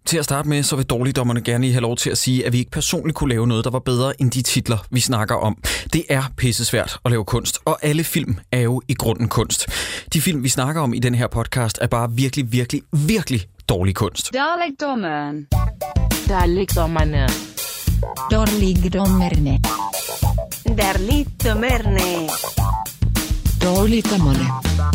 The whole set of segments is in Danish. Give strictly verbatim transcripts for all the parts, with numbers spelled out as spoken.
Til at starte med, så vil dårligdommerne gerne lige have lov til at sige, at vi ikke personligt kunne lave noget, der var bedre end de titler, vi snakker om. Det er pissesvært at lave kunst, og alle film er jo i grunden kunst. De film, vi snakker om i den her podcast, er bare virkelig, virkelig, virkelig dårlig kunst. Dårligdommerne. Dårligdommerne. Dårligdommerne. Dårligdommerne. Dårligdommerne.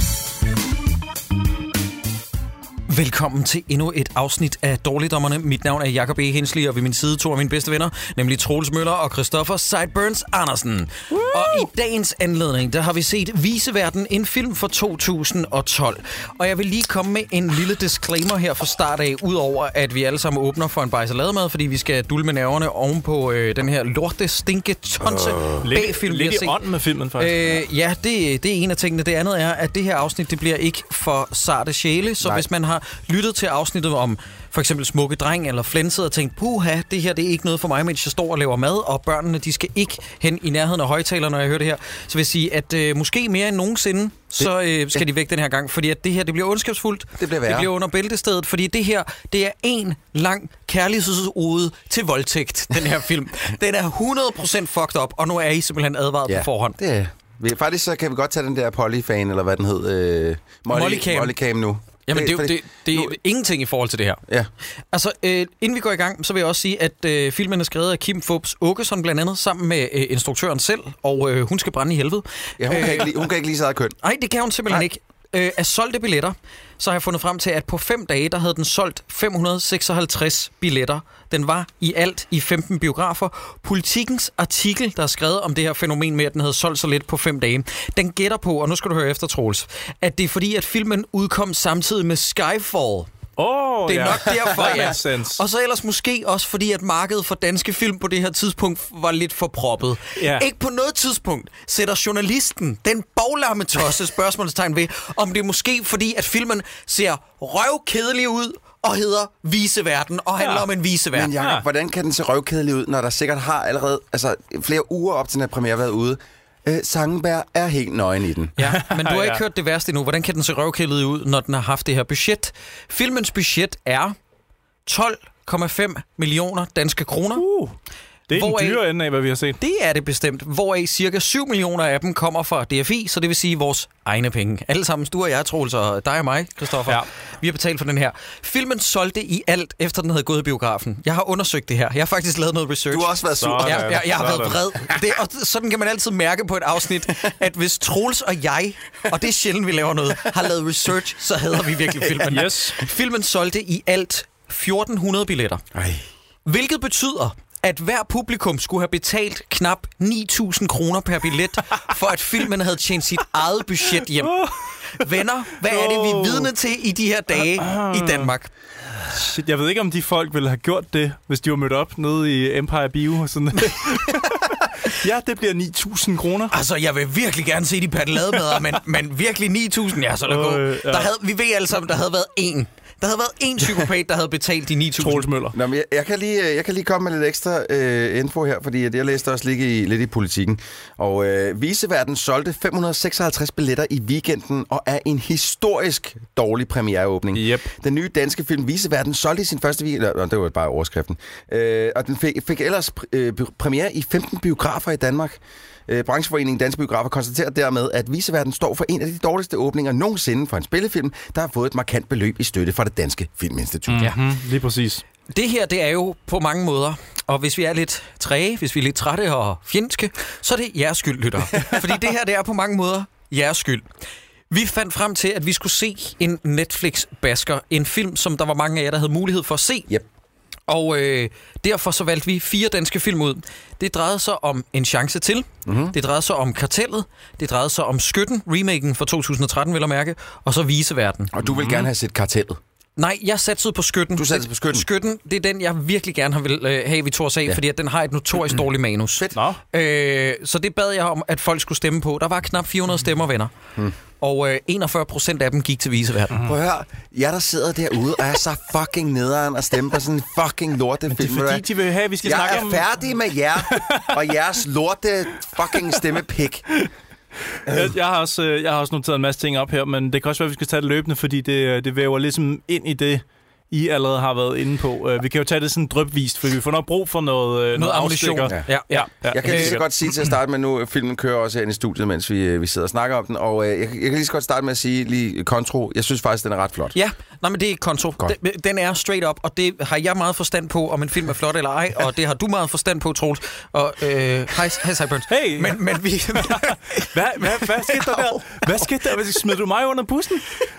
Velkommen til endnu et afsnit af Dårligdommerne. Mit navn er Jacob E. Hensley, og ved min side to af mine bedste venner, nemlig Troels Møller og Christoffer Sideburns Andersen. Woo! Og i dagens anledning, der har vi set Viseverden, en film fra to tusind og tolv. Og jeg vil lige komme med en lille disclaimer her fra start af, udover at vi alle sammen åbner for en bajsalademad, fordi vi skal dulme nerverne oven på øh, den her lorte, stinke, tonse uh, B-film. Lidt i ånden med filmen, faktisk. Øh, ja, det, det er en af tingene. Det andet er, at det her afsnit, det bliver ikke for sarte sjæle, så Nej. Hvis man har lyttet til afsnittet om for eksempel Smukke Dreng eller Flænset og tænkt, puha, det her det er ikke noget for mig, mens jeg står og laver mad, og børnene de skal ikke hen i nærheden af højtalerne, når jeg hører det her. Så vil jeg sige, at øh, måske mere end nogensinde, det, så øh, skal de væk den her gang, fordi at det her det bliver ondskabsfuldt. Det bliver værre. Det bliver under bæltestedet, fordi det her, det er en lang kærlighedsode til voldtægt, den her film. Den er hundrede procent fucked up, og nu er I simpelthen advaret ja, på forhånd. Det er. Faktisk så kan vi godt tage den der Polyfan, eller hvad den hed. Øh, Molly, Mollycam. Mollycam nu. Jamen, det, det, det, det er nu, ingenting i forhold til det her. Ja. Altså, øh, inden vi går i gang, så vil jeg også sige, at øh, filmen er skrevet af Kim Fupz Aakeson, blandt andet, sammen med øh, instruktøren selv, og øh, hun skal brænde i helvede. Ja, hun, øh, kan, ikke lide, hun kan ikke lide sig af køn. Nej, det kan hun simpelthen Nej. ikke. Øh, af solgte billetter, så har jeg fundet frem til, at på fem dage, der havde den solgt fem hundrede seksoghalvtreds billetter. Den var i alt i femten biografer. Politikens artikel, der er skrevet om det her fænomen med, at den havde solgt så lidt på fem dage, den gætter på, og nu skal du høre efter, Troels, at det er fordi, at filmen udkom samtidig med Skyfall. Oh, det er ja. nok derfor, ja. Sense. Og så ellers måske også fordi, at markedet for danske film på det her tidspunkt var lidt for proppet. Ja. Ikke på noget tidspunkt sætter journalisten den boglamme tosse spørgsmålstegn ved, om det er måske fordi, at filmen ser røvkedelig ud og hedder Viseverden, og handler ja. om en viseverden. Men Jacob, ja. hvordan kan den se røvkedelig ud, når der sikkert har allerede altså, flere uger op til den her premiere været ude? Øh, Sangenberg er helt nøgen i den. Ja, men du har ikke ja. hørt det værste endnu. Hvordan kan den se røvkældet ud, når den har haft det her budget? Filmens budget er tolv komma fem millioner danske kroner. Uh, det er den dyre ende af, hvad vi har set. Det er det bestemt. Hvoraf cirka syv millioner af dem kommer fra D F I, så det vil sige vores egne penge. Alle sammen, du og jeg, Troels, og dig og mig, Christoffer. Ja. Vi har betalt for den her. Filmen solgte i alt, efter den havde gået i biografen. Jeg har undersøgt det her. Jeg har faktisk lavet noget research. Du har også været sur. Ja, jeg, jeg, jeg har været vred. Det, og sådan kan man altid mærke på et afsnit, at hvis Troels og jeg, og det er sjældent, vi laver noget, har lavet research, så hader vi virkelig filmen. Yes. Filmen solgte i alt fjorten hundrede billetter. Ej. Hvilket betyder, at hver publikum skulle have betalt knap ni tusind kroner per billet, for at filmen havde tjent sit eget budget hjem. Venner, hvad er det, vi er vidne til i de her dage i Danmark? Shit, jeg ved ikke, om de folk ville have gjort det, hvis de var mødt op nede i Empire Bio. Sådan. Ja, det bliver ni tusind kroner. Altså, jeg vil virkelig gerne se de paddelademader, men, men virkelig ni tusind, ja, så lad gå. Øh, ja. Der havde, vi ved alle sammen, der havde været én. Der havde været én psykopat, der havde betalt de ni tusind. Troels Møller. Nå, men jeg, jeg, kan lige, jeg kan lige komme med lidt ekstra øh, info her, fordi jeg læste også lidt i, lidt i Politikken. Og øh, Viseverden solgte fem hundrede seksoghalvtreds billetter i weekenden, og er en historisk dårlig premiereåbning. Yep. Den nye danske film Viseverden solgte i sin første weekend, eller, det var bare overskriften, øh, og den fik, fik ellers øh, premiere i femten biografer i Danmark. Øh, brancheforeningen Danske Biografer konstaterer dermed, at Viseverden står for en af de dårligste åbninger nogensinde for en spillefilm, der har fået et markant beløb i støtte fra det Danske Filminstitut. Ja, mm-hmm. Lige præcis. Det her, det er jo på mange måder, og hvis vi er lidt træge, hvis vi er lidt trætte og fjendske, så er det jeres skyld, lyttere. Fordi det her, det er på mange måder jeres skyld. Vi fandt frem til, at vi skulle se en Netflix-basker, en film, som der var mange af jer, der havde mulighed for at se. Yep. Og øh, derfor så valgte vi fire danske film ud. Det drejede sig om En chance til. Mm-hmm. Det drejede sig om Kartellet. Det drejede sig om Skytten, remaken fra to tusind og tretten, vil jeg mærke. Og så Viseverden. Og du vil gerne have set Kartellet? Nej, jeg satsede på Skytten. Du satsede på Skytten? Skytten, det er den, jeg virkelig gerne vil øh, have, vi tog os af, ja. fordi at den har et notorisk dårligt manus. Fedt. Øh, så det bad jeg om, at folk skulle stemme på. Der var knap fire hundrede stemmer, venner. Mm. Og øh, enogfyrre procent af dem gik til Viseverden. Mm. Prøv at høre, jeg der sidder derude og er så fucking nederen og stemmer på sådan en fucking lortefilm. Det er fordi, de vil have, vi skal jeg snakke om... om... Jeg er færdig med jer og jeres lorte fucking stemmepik. Jeg, jeg, har også, jeg har også noteret en masse ting op her, men det kan også være, at vi skal tage det løbende, fordi det, det væver ligesom ind i det, I allerede har været inde på. Uh, vi kan jo tage det sådan drypvist, for vi får nok brug for noget, uh, noget, noget ammunition. Ja. Ja. Ja. Ja. Jeg kan lige så godt sige til at starte med nu, filmen kører også herinde i studiet, mens vi, vi sidder og snakker om den, og øh, jeg, jeg kan lige så godt starte med at sige lige kontro. Jeg synes faktisk, den er ret flot. Ja, nej, men det er kontro. Den, den er straight up, og det har jeg meget forstand på, om en film er flot eller ej, og det har du meget forstand på, Troels. Og øh, hej, hej Sideburns. Hey! Men, men vi... hvad, hvad, hvad skete der der? Hvad skete der? Smed du mig under bussen?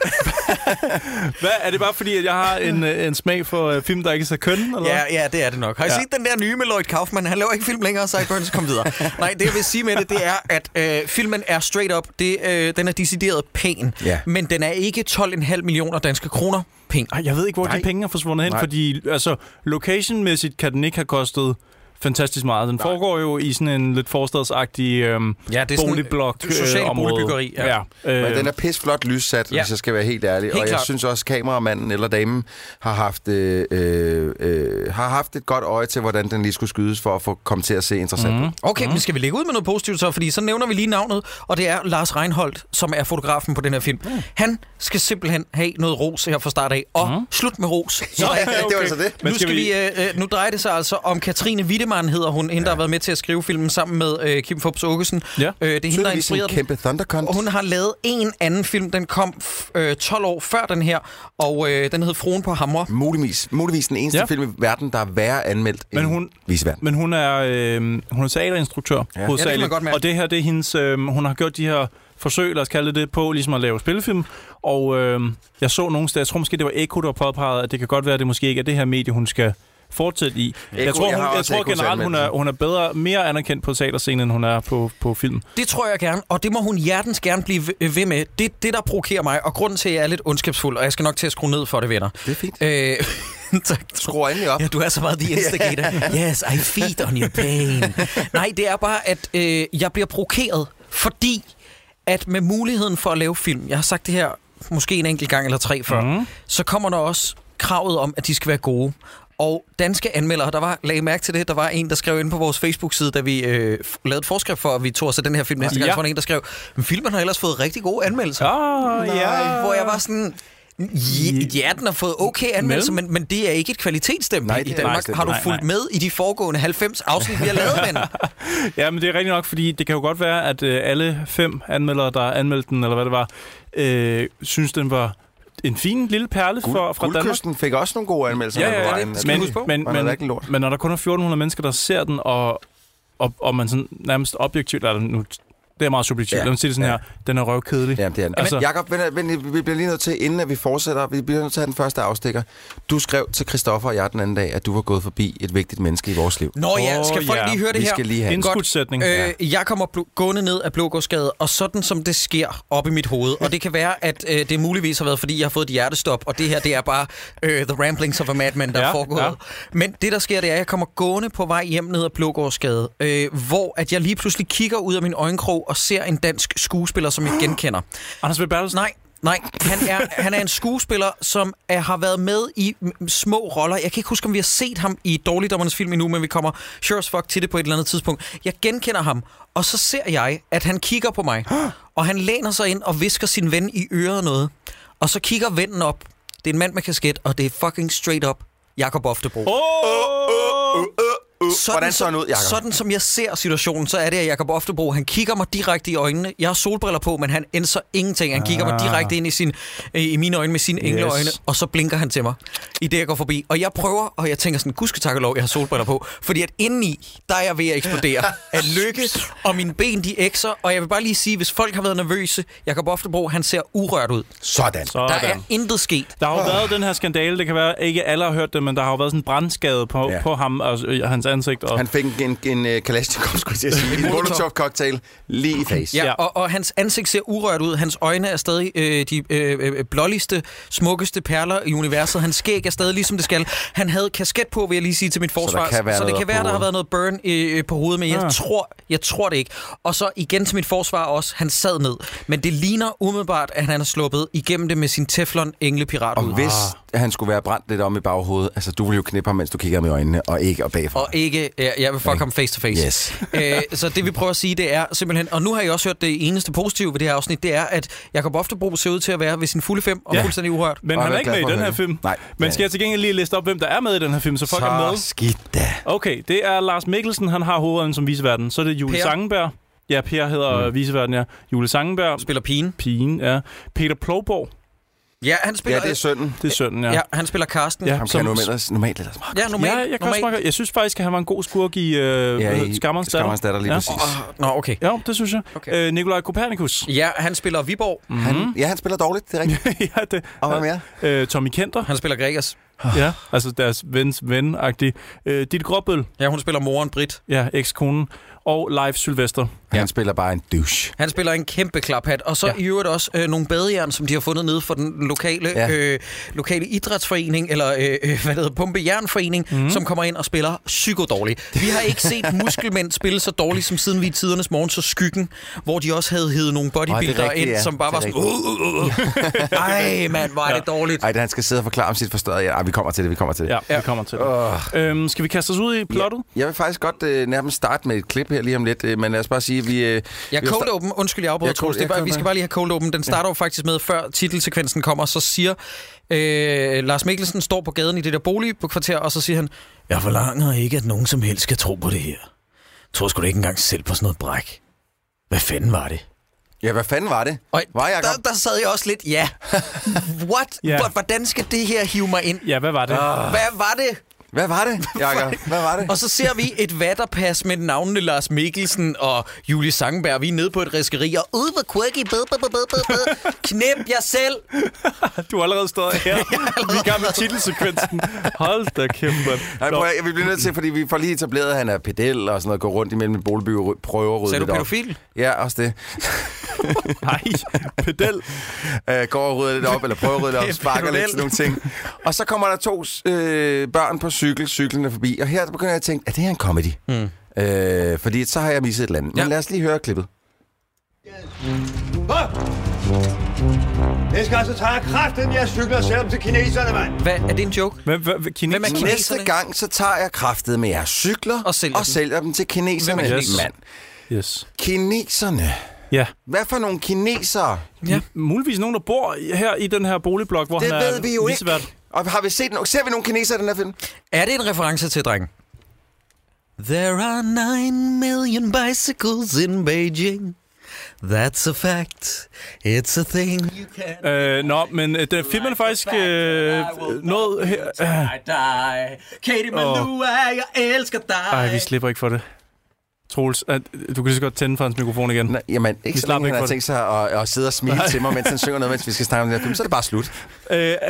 Hvad, er det bare fordi, at jeg har en, en smag for uh, film, der ikke er så køn? Eller? Ja, ja, det er det nok. Har I ja. set den der nye med Lloyd Kaufman? Han laver ikke film længere, Sideburns, kom videre. Nej, det jeg vil sige med det, det er, at øh, filmen er straight up. Det, øh, den er decideret pæn, ja. men den er ikke tolv komma fem millioner danske kroner pæn. Jeg ved ikke, hvor Nej. de penge er forsvundet hen, Nej. fordi altså, location-mæssigt kan den ikke have kostet fantastisk meget. Den Nej. foregår jo i sådan en lidt forstadsagtig øhm, ja, det er boligblok sådan social øh, boligbyggeri. Ja. Ja. Øh, Men den er pisflot lyssat, ja. hvis jeg skal være helt ærlig. Helt og jeg klart. synes også, kameramanden eller damen har haft, øh, øh, har haft et godt øje til, hvordan den lige skulle skydes for at få komme til at se interessant ud. Mm. Okay, mm. men skal vi lægge ud med noget positivt så? Fordi så nævner vi lige navnet, og det er Lars Reinholdt, som er fotografen på den her film. Mm. Han skal simpelthen have noget ros her fra start af, og mm. slut med ros. Så, ja, okay. Det var altså det. Nu, skal skal vi, øh, nu drejer det sig altså om Katrine Wiedemann, hedder hun, hende, ja. der har været med til at skrive filmen sammen med øh, Kim Fupz Aakeson. Ja. Øh, det er hende, der har inspireret den. Kæmpe Thundercunt. Og hun har lavet en anden film, den kom øh, tolv år før den her, og øh, den hed Fruen på Hamre. Muligvis, muligvis den eneste ja. film i verden, der er værre anmeldt men hun, end Viseverden. Men hun er, øh, hun er teaterinstruktør, ja. hovedsageligt. Ja, det kan man godt mærke. Og det her, det er hendes, øh, hun har gjort de her forsøg, lad os kalde det, på ligesom at lave spillefilm. Og øh, jeg så nogle steder, jeg tror måske, det var Eko, der påpegede, at det kan godt være, at det måske ikke er det her medie, hun skal fortsætte i. Eko, jeg tror, hun, jeg jeg tror generelt, hun er, hun er bedre, mere anerkendt på teaterscenen, end hun er på, på film. Det tror jeg gerne, og det må hun hjertens gerne blive ved med. Det det, der provokerer mig, og grunden til, at jeg er lidt ondskabsfuld, og jeg skal nok til at skrue ned for det, venner. Det er fint. Øh, Skru endelig op. Ja, du er så meget the instigator. Yes, I feed on your pain. Nej, det er bare, at øh, jeg bliver provokeret, fordi at med muligheden for at lave film, jeg har sagt det her måske en enkelt gang eller tre før, mm. så kommer der også kravet om, at de skal være gode. Og danske anmeldere, der var, lagde mærke til det, der var en, der skrev ind på vores Facebook-side, da vi øh, lavede et forskrift for, at vi tog os af den her film næste gang, ja. så var der en, der skrev, men filmen har ellers fået rigtig gode anmeldelser. Oh, ja. Hvor jeg var sådan... Ja, den har fået okay anmeldelser, men, men det er ikke et kvalitetsstempel i Danmark. Nej, har du nej, fulgt nej. med i de foregående halvfems afsnit, vi har lavet, ven? Ja, men det er rigtigt nok, fordi det kan jo godt være, at øh, alle fem anmeldere, der anmeldte den, eller hvad det var, øh, synes, den var en fin lille perle Guld, fra, fra Danmark. Guldkysten fik også nogle gode anmeldelser. Ja, ja, ja, det skal men, men, men, men, men når der kun er fjorten hundrede mennesker, der ser den, og, og, og man sådan nærmest objektivt, eller nu... Det er meget subjektivt. Ja. Lad mig sige det sådan ja. her. Den er røvkedelig. Ja, det er den. Altså, Jakob, vi bliver lige nødt til, inden at vi fortsætter, vi bliver nødt til at have den første afstikker. Du skrev til Christoffer og jeg den anden dag, at du var gået forbi et vigtigt menneske i vores liv. Nå ja, skal folk oh, ja. lige høre det vi her? Vi skal lige have en skudsætning. Øh, ja. Jeg kommer bl- gående ned af Blågårdsgade, og sådan som det sker op i mit hoved, og det kan være, at øh, det muligvis har været, fordi jeg har fået et hjertestop, og det her, det er bare øh, The Ramblings of a Madman, der ja, er foregået. Ja. Men det, der sker, det er, at jeg kommer gående på vej hjem ned ad Blågårdsgade, øh, hvor at jeg lige pludselig kigger ud af min øjenkrog og ser en dansk skuespiller, som jeg genkender. Anders V. Bertelsen? Nej, nej. Han er, han er en skuespiller, som er, har været med i små roller. Jeg kan ikke huske, om vi har set ham i Dårligdommernes film endnu, men vi kommer sure as fuck til det på et eller andet tidspunkt. Jeg genkender ham, og så ser jeg, at han kigger på mig, og han læner sig ind og visker sin ven i øret noget. Og så kigger vennen op. Det er en mand med kasket, og det er fucking straight up Jakob Oftebro. Oh! Oh, oh, oh. Sådan, Hvordan så han ud, Jacob? Sådan som jeg ser situationen, så er det, at Jakob Oftebro, han kigger mig direkte i øjnene. Jeg har solbriller på, men han ændrer ingenting. Han kigger ah. mig direkte ind i, sin, i mine øjne med sine yes. engleøjne, og så blinker han til mig, i det jeg går forbi. Og jeg prøver, og jeg tænker sådan, gudske tak og lov, jeg har solbriller på. Fordi at indeni, der er jeg ved at eksplodere af lykke, og mine ben, de ekser. Og jeg vil bare lige sige, hvis folk har været nervøse, Jakob Oftebro, han ser urørt ud. Sådan. Sådan. Der er intet sket. Der har jo været den her skandale, det kan være, ikke alle har hørt det, men der har jo været sådan en brandskade på, ja. på ham og hans ansigt. Og han fik en, en, en Kalashnikov, skulle jeg sige, en Molotov-cocktail lige i face. Ja, og, og hans ansigt ser urørt ud. Hans øjne er stadig øh, de øh, blåligste, smukkeste perler i universet. Hans skæg er stadig ligesom det skal. Han havde kasket på, vil jeg lige sige til mit forsvar. Så, så det kan være, der har været noget burn øh, på hovedet, men jeg, ja. tror, jeg tror det ikke. Og så igen til mit forsvar også, han sad ned. Men det ligner umiddelbart, at han er sluppet igennem det med sin Teflon-englepirat. Og hvis han skulle være brændt lidt om i baghovedet, altså du ville jo knippe ham, mens du kigger ham i øjnene, og ikke og bagfra. Og ikke... Ja, jeg vil fuck ham face to face. Yes. Æ, så det vi prøver at sige, det er simpelthen... Og nu har jeg også hørt det eneste positive ved det her afsnit, det er, at Jakob Oftebro ser ud til at være ved sin fulde fem og Ja. fuldstændig uhørt. Men Og han er jeg er ikke glad med i for at den her høre film. Nej. Men skal jeg til gengæld lige liste op, hvem der er med i den her film, så folk Så er med? skidt da. Okay, det er Lars Mikkelsen, han har hovedrollen som viceverden. Så er det Julie Per. Sangenberg. Ja, Per hedder mm. viceverden, ja. Julie Sangenberg. Spiller pigen. Pigen, ja. Peter Plovborg. Ja, han spiller... Ja, det er sønnen. Det er sønnen, ja. Ja, han spiller Karsten. Ja. Ham Som- kan jeg normalt, normalt ellers meget. Ja, normalt. Ja, jeg, kan også normalt. meget, godt- jeg synes faktisk, at han var en god skurk i øh, Ja, ja, i Skammerens datter. Skammerens datter, lige Ja. præcis. Oh, nå, okay. Ja, det synes jeg. Okay. Øh, Nikolaj Kopernikus. Ja, han spiller Viborg. Mhm. Han, ja, han spiller dårligt, det er rigtigt. ja, det. Og hvad mere? Øh, Tommy Kenter. Han spiller Gregers. Ja, altså deres vens ven-agtig. Øh, Ditte Gråbøl. Ja, hun spiller moren Britt. Ja, ekskonen. Og Leif Sylvester. Ja. Han spiller bare en douche. Han spiller en kæmpe klaphat. Og så Ja. ja. i øvrigt også øh, nogle badejern, som de har fundet nede for den lokale, Ja. ja. øh, lokale idrætsforening, eller øh, øh, hvad det hedder, Pumpejernforening, Mhm. mm. som kommer ind og spiller psykodårligt. Vi har ikke set muskelmænd spille så dårligt, som siden vi i tidernes morgen så Skyggen, hvor de også havde heddet nogle bodybuildere rigtigt, ind, ja. som bare var Det sådan... er Uh, uh, uh. Ej, mand, hvor er det dårligt. Ej, det han skal sidde og forklare om sit forstørrede. Ja, ej, vi kommer til det, vi kommer til det. Ja, Ja. vi kommer til det. Åh. Øhm, skal vi kaste os ud i plottet? Jeg vil faktisk godt øh, nærmest starte med et klip her lige om lidt, øh, men lad os bare sige, at vi... Øh, Ja, vi har cold sta- open. Undskyld, jeg afbryder, Ja, Troels. cold- Det er bare, ja, vi skal cold- bare lige have cold open. Den starter jo faktisk med, før titelsekvensen kommer, så siger øh, Lars Mikkelsen, står på gaden i det der boligkvarter, og så siger han, jeg forlanger ikke, at nogen som helst skal tro på det her. Jeg tror sgu da ikke engang selv på sådan noget bræk. Hvad fanden var det? Ja, hvad fanden var det? Og Var jeg der, der sad jeg også lidt, ja. What? Ja. Hvor- Hvordan skal det her hive mig ind? Ja, hvad var det? Hvad var det? Hvad var det, Jakob? Hvad var det? Og så ser vi et vatterpas med navnene Lars Mikkelsen og Julie Sangenberg. Vi er nede på et riskeri, og ude hvor quirky, bed, bed, bed, bed, bed. Knip jer selv. Du har allerede stået her. Vi er i gang med titelsekvensen. Hold da kæft, mand. Nej, prøv, at- vi bliver nødt til, fordi vi får lige etableret, at han er pedel og sådan noget, går rundt imellem en boligby og prøver at rydde Sagde du lidt op. pædofil? Ja, også det. Nej, pedel. Uh, går og rydder lidt op, eller prøver at rydde lidt op, sparker lidt til nogle ting. Og så kommer der to øh, børn på cykel, cyklen er forbi, og her begynder jeg at tænke, er det her en comedy? Mm. Øh, fordi så har jeg misset et eller andet. Men Ja. lad os lige høre klippet. Næste gang, så tager jeg kraften, jeg cykler og sælger dem til kineserne, mand. Hvad, er det en joke? Hvem, hvem, hvem, Hvem er kineserne? kineserne? Næste gang, så tager jeg kraftet med jeres cykler Og sælger og dem. sælger dem til kineserne. Hvem er kineserne? Mand. Yes. Kineserne. Ja. Hvad for nogle kinesere? Ja. Muligvis nogen, der bor her i den her boligblok, hvor Det han er ved vi jo vicevært. ikke. Og har vi set, ser vi nogle kinesere i den her film? Er det en reference til, dreng? There are nine million bicycles in Beijing. That's a fact. It's a thing you can... Øh, nå, men øh, den filmen er faktisk øh, noget her... Øh, Die. Katie Malua, jeg elsker dig. ej, vi slipper ikke for det. Troels, at, du kan lige så godt tænde for hans mikrofon igen. Nej, jamen, ikke så slapper længe ikke han har for tænkt sig at, at sidde og smile til mig, mens han synger noget, mens vi skal snakke om den her film, så er det bare slut. Øh, øh,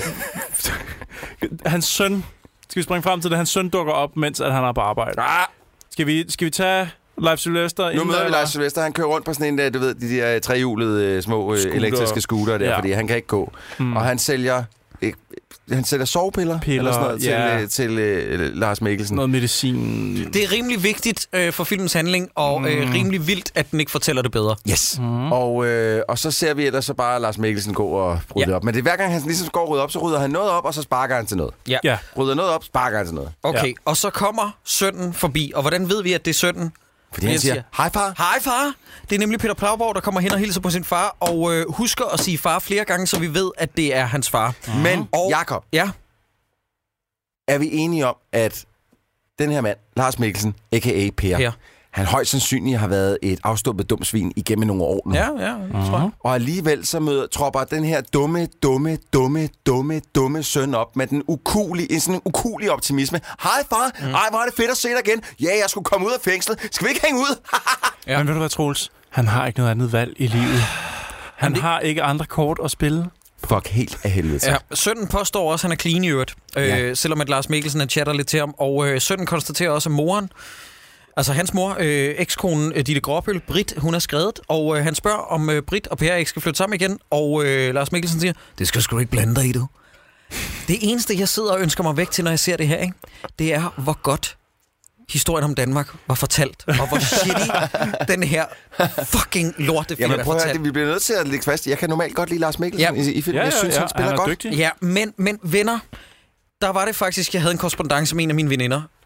øh, hans søn... Skal vi springe frem til det? Hans søn dukker op, mens at han er på arbejde. Ah, Skal vi, skal vi tage Leif Sylvester? nu inden møder der, vi eller? Lars Sylvester. Han kører rundt på sådan en, der, du ved, de der trehjulede små øh, Scooter. elektriske scooter der, Ja. ja. fordi han kan ikke gå. Mm. Og han sælger... Øh, han sælger sovepiller Piller, eller sådan noget ja. til, til øh, Lars Mikkelsen. Noget medicin. Det er rimelig vigtigt øh, for filmens handling, og Mm. øh, rimelig vildt, at den ikke fortæller det bedre. Yes. Mm. Og, øh, og så ser vi ellers så bare Lars Mikkelsen gå og rydde Ja. op. Men det er hver gang, han ligesom går og rydder op, så rydder han noget op, og så sparker han til noget. Ja. Ja. Rydder noget op, sparker han til noget. Okay, Ja. og så kommer sønnen forbi, og hvordan ved vi, at det er sønnen? Fordi han siger, hej far. Hej far! Det er nemlig Peter Plauborg, der kommer hen og hilser på sin far, og øh, husker at sige far flere gange, så vi ved, at det er hans far. Men Og- Jakob, Ja, er vi enige om, at den her mand, Lars Mikkelsen, a k a. Per, Per. han højst sandsynligt har været et afstumpet dumsvin igennem nogle år nu. ja, ja, det tror jeg. Og alligevel så møder, tropper den her dumme, dumme, dumme, dumme, dumme søn op med den ukulige, en sådan en ukulig optimisme. Hej far, mm. ej hvor er det fedt at se dig igen. Ja, jeg skulle komme ud af fængslet. Skal vi ikke hænge ud? Ja. Men ved du hvad, Troels? Han har ikke noget andet valg i livet. Han det- har ikke andre kort at spille. Fuck, helt af helvede. Ja, sønnen påstår også, at han er clean i øvrigt, øh, Ja. selvom at Lars Mikkelsen er chatter lidt til ham. Og øh, sønnen konstaterer også, at moren, altså hans mor, øh, ekskonen øh, Ditte Gråbøl, Britt, hun er skredet. Og øh, han spørger, om øh, Britt og Per ikke skal flytte sammen igen. Og øh, Lars Mikkelsen siger, det skal sgu ikke blande dig i, du. Det eneste, jeg sidder og ønsker mig væk til, når jeg ser det her, ikke, det er, hvor godt historien om Danmark var fortalt. Og hvor shitty den her fucking lortefilm Jamen er prøv at høre, fortalt. det, vi bliver nødt til at lægge fast. Jeg kan normalt godt lide Lars Mikkelsen Ja. i, i filmen. Ja, Jeg ja, synes, ja, han spiller han er godt. dygtig. Ja, men, men venner, der var det faktisk, jeg havde en korrespondance med en af mine veninder,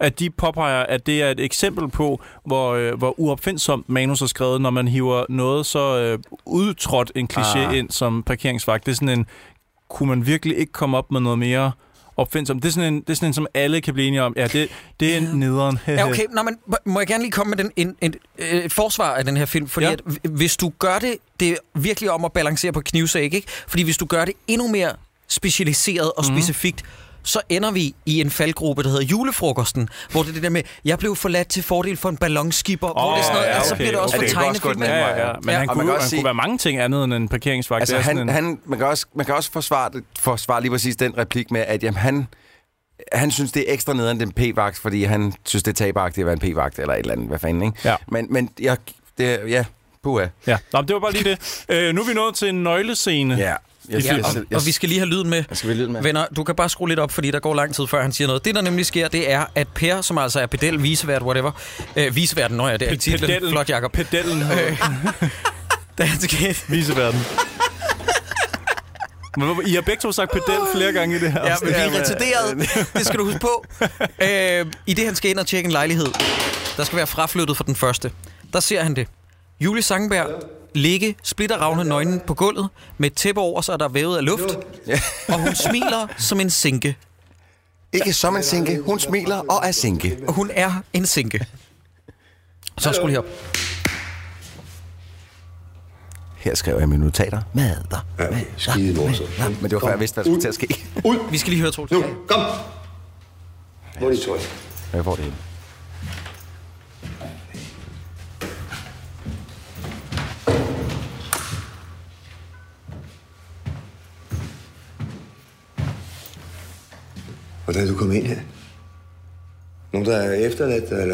at de påpeger, at det er et eksempel på, hvor, øh, hvor uopfindsomt manus er skrevet, når man hiver noget så øh, udtrådt en kliché ah. ind som parkeringsvagt. Det er sådan en, kunne man virkelig ikke komme op med noget mere opfindsomt? Det er sådan en, det er sådan en som alle kan blive enige om. Ja, det, det er en nederen. Ja, okay. Nå, men må jeg gerne lige komme med den, en, en, et forsvar af den her film? Fordi ja. at, hvis du gør det, det er virkelig om at balancere på knivsæg, ikke? Fordi hvis du gør det endnu mere specialiseret og mm-hmm. specifikt, så ender vi i en faldgruppe, der hedder Julefrokosten, hvor det er det der med, jeg blev forladt til fordel for en ballonskipper, oh, hvor det er sådan noget, ja, okay. så bliver det også for tegnefilm. Ja, ja, ja. Men ja. han, kunne, han sige, kunne være mange ting andet end en parkeringsvagt. Altså, han, en... han, man, kan også, man kan også forsvare, forsvare lige præcis den replik med, at jamen, han, han synes, det er ekstra nederen den p-vagt, fordi han synes, det er taberagtigt at være en p-vagt, eller et eller andet, hvad fanden, ikke? Ja. Men, men jeg, det, ja, puha. Ja, Nå, det var bare lige det. Øh, nu er vi nået til en nøglescene. Ja. Yes, ja, og, og vi skal lige have lyden med. Skal vi lyden med. Venner, du kan bare skrue lidt op, fordi der går lang tid, før han siger noget. Det, der nemlig sker, det er, at Per, som altså er pedel, visevært, whatever. Øh, viseværten, nå ja, det er titlen. Pedellen. Flot, Jacob. Pedellen. Øh, da han skal... Viseværten. I har begge to sagt pedel flere gange i det her. Ja, men vi er retarderet. Det skal du huske på. Øh, I det, han skal ind og tjekke en lejlighed, der skal være fraflyttet for den første. Der ser han det. Julie Sangenberg ligge splitteravne nøglen på gulvet med et tæppe over sig, der er vævet af luft. Ja. Og hun smiler som en sinke. Ikke som en sinke. Hun smiler og er sinke. Og hun er en sinke. Så skulle lige op. Her skriver jeg mine notater. Mader. Ja, skide morsomt. Ja, men det var før jeg vidste, hvad der skulle til at ske. Ud! Vi skal lige høre Troels. Nu, kom! Hvor er de tøj? Jeg får det hele. Hvordan er du kommet ind her? Nogen, der er efterladt, eller...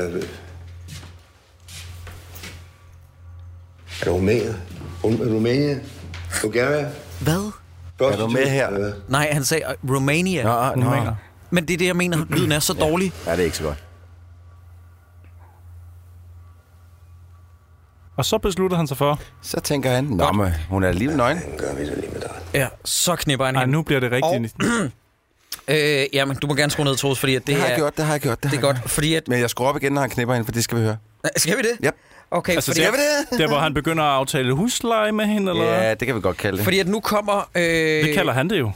Er du Rumænier? Rumænier? Bulgarien? Hvad? Er du med her? Nej, han sagde uh, Romania. Nå, nå. Men det er det, jeg mener. Lyden er så dårlig. Ja, det er ikke så godt. Og så beslutter han sig for... Så tænker han, nå, men hun er lige nøgen. Ja, gør vi så lige med dig. Ja, så knipper han Ej, hende. nu bliver det rigtigt. Og, øh, jamen, du må gerne skrue ned, Troels, fordi at det, det har jeg er, gjort, det har jeg gjort. Det, det er godt, fordi at... Men jeg skruer op igen, når han knipper hende, for det skal vi høre. Skal vi det? Yep. Okay, altså, fordi... Skal vi det? Der, hvor han begynder at aftale husleje med hende, eller Ja, det kan vi godt kalde det. Fordi at nu kommer... Øh, det kalder han det jo.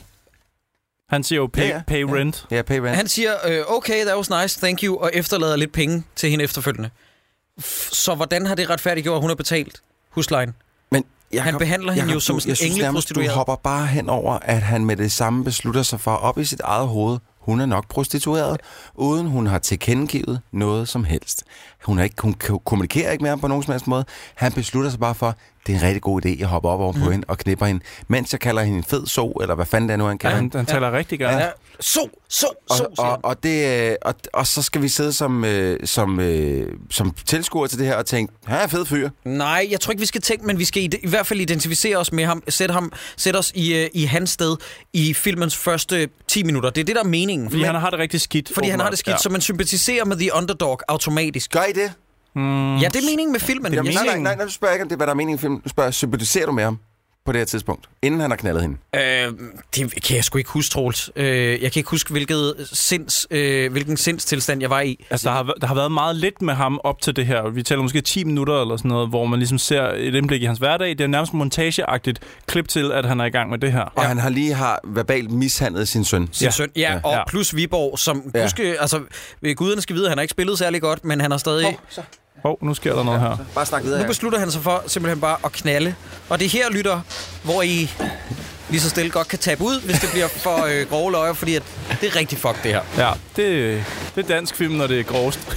Han siger jo pay, ja, ja. pay rent. Ja, pay rent. Han siger, øh, okay, that was nice, thank you, og efterlader lidt penge til hende efterfølgende. F- så hvordan har det retfærdiggjort, at hun har betalt huslejen? Men Jacob, han behandler hende Jacob, jo som du, en engleprostitueret. Du hopper bare hen over, at han med det samme beslutter sig for op i sit eget hoved. Hun er nok prostitueret, uden hun har tilkendegivet noget som helst. Hun, er ikke, hun kommunikerer ikke med ham på nogen som helst måde. Han beslutter sig bare for, det er en rigtig god idé, jeg hopper op over på mm. hende og knipper hende, mens jeg kalder hende en fed so, eller hvad fanden det er nu, han kalder ja, hende. Han, han taler ja. rigtig gerne. Ja. So, so, so, og, og, og, det, og, og så skal vi sidde som, øh, som, øh, som tilskuer til det her og tænke, han er en fed fyr. Nej, jeg tror ikke, vi skal tænke, men vi skal i, i hvert fald identificere os med ham, sætte, ham, sætte os i, i hans sted i filmens første ti minutter. Det er det, der er meningen. Fordi men, han har det rigtig skidt. Fordi åbenbart. han har det skidt, ja. Så man sympatiserer med the underdog automatisk. Gør I det? Mm. Ja, det er meningen med filmen. Det er meningen. Nej, nej, nej, nu spørger jeg ikke, om det er, hvad der er meningen i filmen. Nu spørger jeg, sympatiserer du med ham på det her tidspunkt, inden han har knaldet hende? Øh, det kan jeg sgu ikke huske, Troels. Øh, jeg kan ikke huske, hvilket sinds, øh, hvilken sindstilstand jeg var i. Altså, der har, der har været meget lidt med ham op til det her. Vi taler måske ti minutter eller sådan noget, hvor man ligesom ser et indblik i hans hverdag. Det er nærmest montageagtigt klip til, at han er i gang med det her. Og ja. han har lige har verbalt mishandlet sin søn. Sin ja. søn, ja. Og ja. plus Viborg, som ja. huske, altså, guderne skal vide, han har ikke spillet særlig godt, men han har stadig... Oh, så. Åh, oh, nu sker der noget her. Bare snak videre. Nu beslutter han sig for simpelthen bare at knalde. Og det her, lytter, hvor I lige så stille godt kan tabe ud, hvis det bliver for øh, grove løjer, fordi at det er rigtig fuck, det her. Ja, det, det er dansk film, når det er grovest.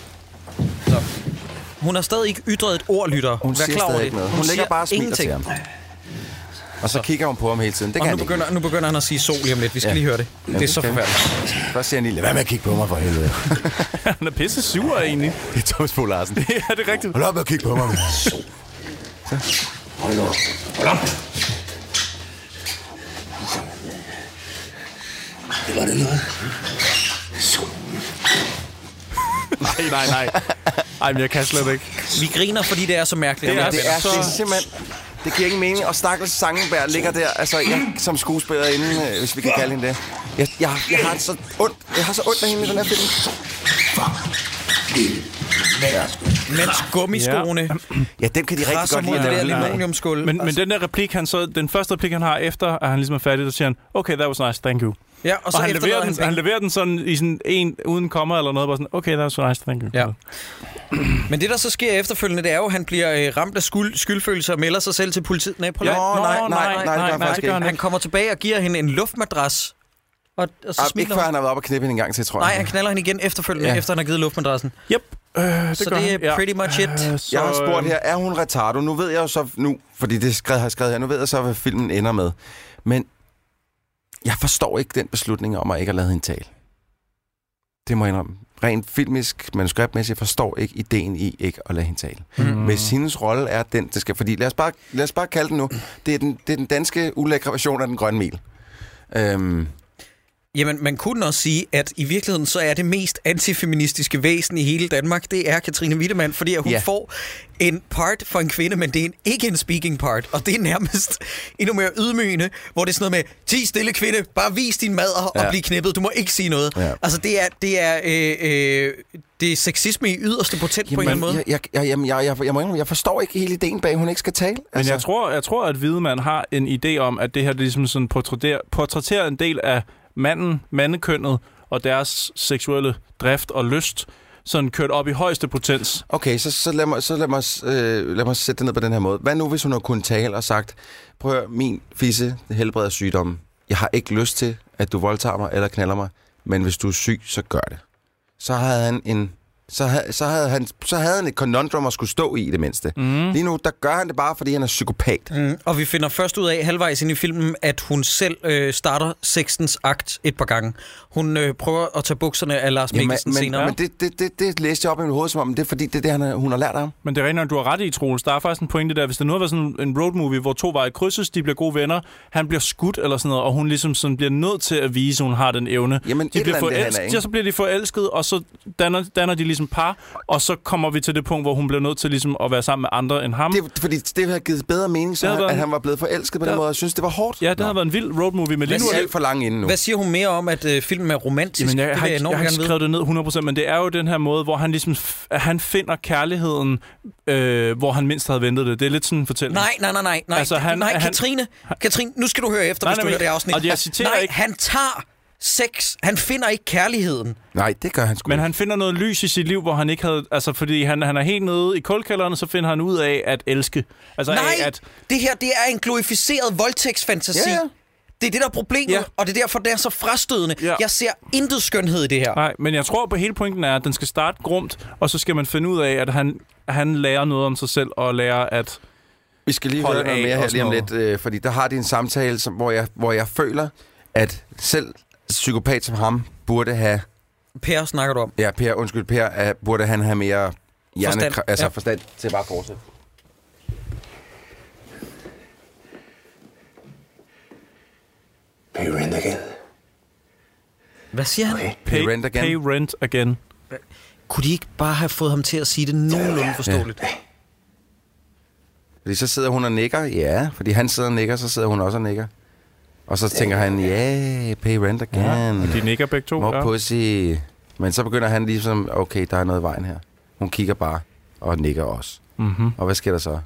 Så. Hun har stadig ikke ytret et ord, lytter. Hun siger klar stadig ikke noget. Hun, hun ligger bare og smiler til ham. Og så kigger hun på ham hele tiden. Det og kan nu begynder, nu begynder han at sige sol lige om lidt. Vi skal ja. lige høre det. Ja, det er så forfærdeligt. Først siger han lige, lad være med at kigge på mig for helvede. Han er pisse sur egentlig. Det er Thomas Bo Larsen. Ja, det er rigtigt. Hold op med at kigge på mig. Så. Hold op. Hold op. Det var det noget. nej, nej, nej. Ej, men jeg kan slet ikke. Vi griner, fordi det er så mærkeligt. Det er, det er, så... det er simpelthen... Det giver ingen mening, og stakkels Sangenberg ligger der, altså jeg som skuespiller inde, hvis vi kan kalde hende det. Jeg, jeg, jeg har så ondt, jeg har så ondt af hende i den her film. fuck. Lille. Mens gummiskoene Ja. Ja, dem kan de rigtig krasser godt mod lide. det der at lave. linoleumsgulv. Men, men den der replik, han så, den første replik, han har efter, at han ligesom er færdig, der siger han, okay, that was nice, thank you. Ja, og Og, så og han, leverer efterlader den, han han leverer den sådan i sådan en uden komma eller noget, bare sådan, okay, that was nice, thank you. Ja. Men det, der så sker efterfølgende, det er jo, at han bliver øh, ramt af skyld, skyldfølelse og melder sig selv til politiet. Nej, på Ja, land. Nå, nej, nej, nej, det gør han nej, faktisk det gør han Han kommer tilbage og giver hende en luftmadras. Og, og så Ah, smiler ikke før hun. han har været oppe og knippe hende en gang til, tror jeg. Nej, han knaller hende igen efterfølgende, Ja. efter han har givet luftmadrassen. Yep. Øh, det Så gør det han. er pretty much it. Øh, så, Jeg har spurgt øh, her, er hun retardo? Nu ved jeg jo så, nu, fordi det skrev, har jeg skrevet her, nu ved jeg så, hvad filmen ender med. Men jeg forstår ikke den beslutning om at ikke have lavet hende tale. Det må jeg indrømme. Rent filmisk, manuskriptmæssigt, forstår ikke ideen i ikke at lade hende tale. Mm. Hvis hendes rolle er den, det skal... Fordi lad os bare, lad os bare kalde den nu. Det er den, det er den danske ulækre version af Den Grønne Mil. Øhm, Jamen, man kunne også sige, at i virkeligheden så er det mest antifeministiske væsen i hele Danmark, det er Katrine Wiedemann, fordi at hun Ja. får en part for en kvinde, men det er en, ikke en speaking part, og det er nærmest endnu mere ydmygende, hvor det er sådan noget med, ti stille kvinde, bare vis din mad og, Ja. og bliv knippet, du må ikke sige noget. Ja. Altså, det er, det er, øh, øh, det er sexisme i yderste potent på en eller anden måde. jeg, jeg, jeg, jeg, jeg, jeg, jeg, må indrømme, jeg forstår ikke hele ideen bag, at hun ikke skal tale. Men jeg tror, jeg tror, at Wiedemann har en idé om, at det her det ligesom sådan portrætterer, portrætterer en del af manden, mandekønnet og deres seksuelle drift og lyst, sådan kørt op i højeste potens. Okay, så, så, lad, mig, så lad, mig, øh, lad mig sætte det ned på den her måde. Hvad nu, hvis hun har kunnet tale og sagt, prøv at høre, min fisse helbreder sygdommen. Jeg har ikke lyst til, at du voldtager mig eller knaller mig, men hvis du er syg, så gør det. Så havde han en... Så havde, så, havde han, så havde han et conundrum at skulle stå i, det mindste. Mm. Lige nu, der gør han det bare, fordi han er psykopat. Mm, og vi finder først ud af halvvejs ind i filmen, at hun selv øh, starter sexens akt et par gange. Hun øh, prøver at tage bukserne af Lars Mikkelsen men, senere. Men det, det, det, det læste jeg op i mit hoved, som om det er fordi, det er det, han er, hun har lært af ham. Men det er rent, du har ret i, Troels. Der er faktisk en pointe der. Hvis det nu har været sådan en road movie, hvor to veje krydses, de bliver gode venner, han bliver skudt eller sådan noget, og hun ligesom sådan bliver nødt til at vise, at hun har den evne. Jamen, de et bliver eller andet, det forelsket, han er, ikke? ja, så bliver de forelsket, og så danner, danner de ligesom par, og så kommer vi til det punkt, hvor hun bliver nødt til ligesom at være sammen med andre end ham. Det, fordi det har givet bedre mening, så Det havde han, været at en- han var blevet forelsket på den Ja. måde, og synes det var hårdt. Ja, det har været en vild road movie, men lige Nu nu er er det det... for langt inde nu. Hvad siger hun mere om, at øh, filmen er romantisk? Jamen, jeg, Det har vil ikke, enormt jeg har ikke gerne vide. skrevet det ned hundrede procent, men det er jo den her måde, hvor han ligesom f- han finder kærligheden, øh, hvor han mindst havde ventet det. Det er lidt sådan en fortælling. Nej, nej, nej, nej. nej. Altså, han- nej, han- Katrine, Katrine, nu skal du høre efter, Nej, hvis nej, du men- hører det afsnit. og jeg citerer nej, ikke- han tager sex. Han finder ikke kærligheden. Nej, det gør han sgu Men ikke. han finder noget lys i sit liv, hvor han ikke havde... Altså, fordi han, han er helt nede i kulkælderen, og så finder han ud af at elske. Altså, Nej, af at... det her det er en glorificeret voldtægtsfantasi. Ja, ja. Det er det, der er problemet, Ja. og det er derfor, det er så frastødende. Ja. Jeg ser intet skønhed i det her. Nej, men jeg tror på hele pointen er, at den skal starte grumt, og så skal man finde ud af, at han, han lærer noget om sig selv, og lærer at... Vi skal lige Hold høre noget af mere her og lige om sådan lidt, øh, fordi der har de en samtale, som, hvor, jeg, hvor jeg føler, at selv psykopat som ham burde have... Per snakker du om. Ja, Per, undskyld, Per, er, burde han have mere hjerne, Forstand, altså ja. forstand til bare at fortsætte. Pay rent again. Hvad siger han? Okay. Pay rent again. Pay rent again. Kunne de ikke bare have fået ham til at sige det nogenlunde forståeligt? Fordi så sidder hun og nikker, ja, fordi han sidder og nikker, så sidder hun også og nikker. Og så tænker han, ja, yeah, pay rent again. Ja, og de nikker begge to. More Ja. pussy. Men så begynder han ligesom, okay, der er noget i vejen her. Hun kigger bare og nikker også. Mm-hmm. Og hvad sker der så? Åh,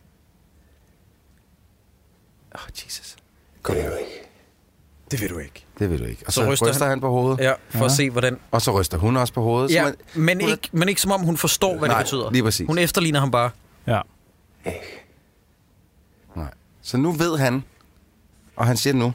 oh, Jesus. Det vil du ikke. Det ved du ikke. Det vil du ikke. Og Så så, ryster ryster han. han på hovedet. Ja, for ja. at se, hvordan... Og så ryster hun også på hovedet. Ja, så man, men, hun er- ikke, men ikke som om hun forstår, hvad Nej, det betyder. lige præcis. Hun efterligner ham bare. Ja. Ikke. Nej. Så nu ved han, og han siger det nu.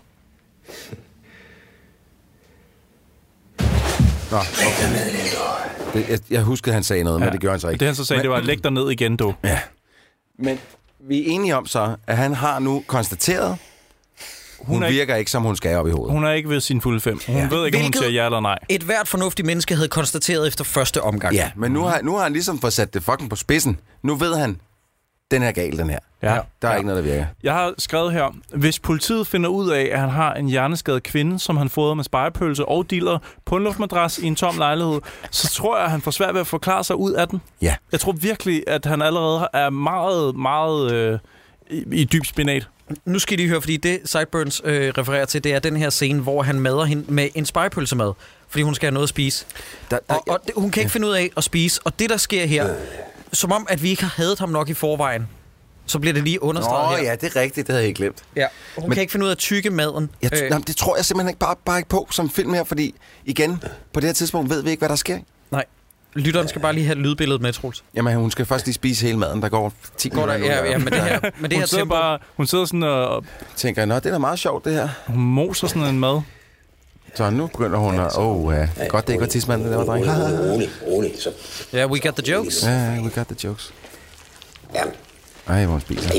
Nå, okay. Det, jeg, jeg huskede, han sagde noget, ja. men det gjorde han så ikke. Det han så sagde, men, det var, læg dig ned igen, du. Ja. Men vi er enige om så, at han har nu konstateret, hun, hun er ikke- virker ikke, som hun skal op i hovedet. Hun er ikke ved sin fulde fem. Hun Ja. ja. ved ikke, om hun Hvilket- siger ja eller nej. Et hvert fornuftigt menneske havde konstateret efter første omgang. Ja, men nu har, nu har han ligesom fået sat det fucking på spidsen. Nu ved han, den er gal, den her. Ja. Der er ja. ikke noget, der virker. Jeg har skrevet her, hvis politiet finder ud af, at han har en hjerneskadet kvinde, som han fodrer med spegepølse og diller på en luftmadras i en tom lejlighed, så tror jeg, at han får svært ved at forklare sig ud af den. Ja. Jeg tror virkelig, at han allerede er meget, meget øh, i, i dyb spinat. Nu skal I lige høre, fordi det Sideburns øh, refererer til, det er den her scene, hvor han mader hende med en spegepølsemad. fordi hun skal have noget at spise. Der, der, Og, og det, hun kan ikke ja. finde ud af at spise. Og det, der sker her, som om, at vi ikke har hadet ham nok i forvejen, så bliver det lige understreget Nå, her. ja, det er rigtigt. Det havde jeg ikke glemt. Ja. Hun Men, kan ikke finde ud af at tygge maden. Jeg, øh. nej, det tror jeg simpelthen ikke bare, bare ikke på som film her, fordi igen, på det her tidspunkt ved vi ikke, hvad der sker. Nej. Lytteren skal bare lige have lydbilledet med, Troels. Jamen, hun skal først lige spise hele maden. Der går ti går der, minutter. Ja, ja, men det her, men det hun, her sidder tempo... bare, hun sidder sådan og... Tænker, nå, det er da meget sjovt, det her. Hun moser sådan en mad. Så nu begynder hun at... Åh, oh, ja. Godt, det ikke var tidsmanden, det der var dreng. Rolig, rolig. Så. Ja, yeah, we got the jokes. Ja, yeah, we got the jokes. Ja. Ej, hvor hun spiser.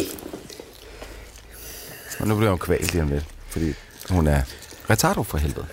Og nu bliver hun kvalt lige om lidt, fordi hun er retardo for helvede.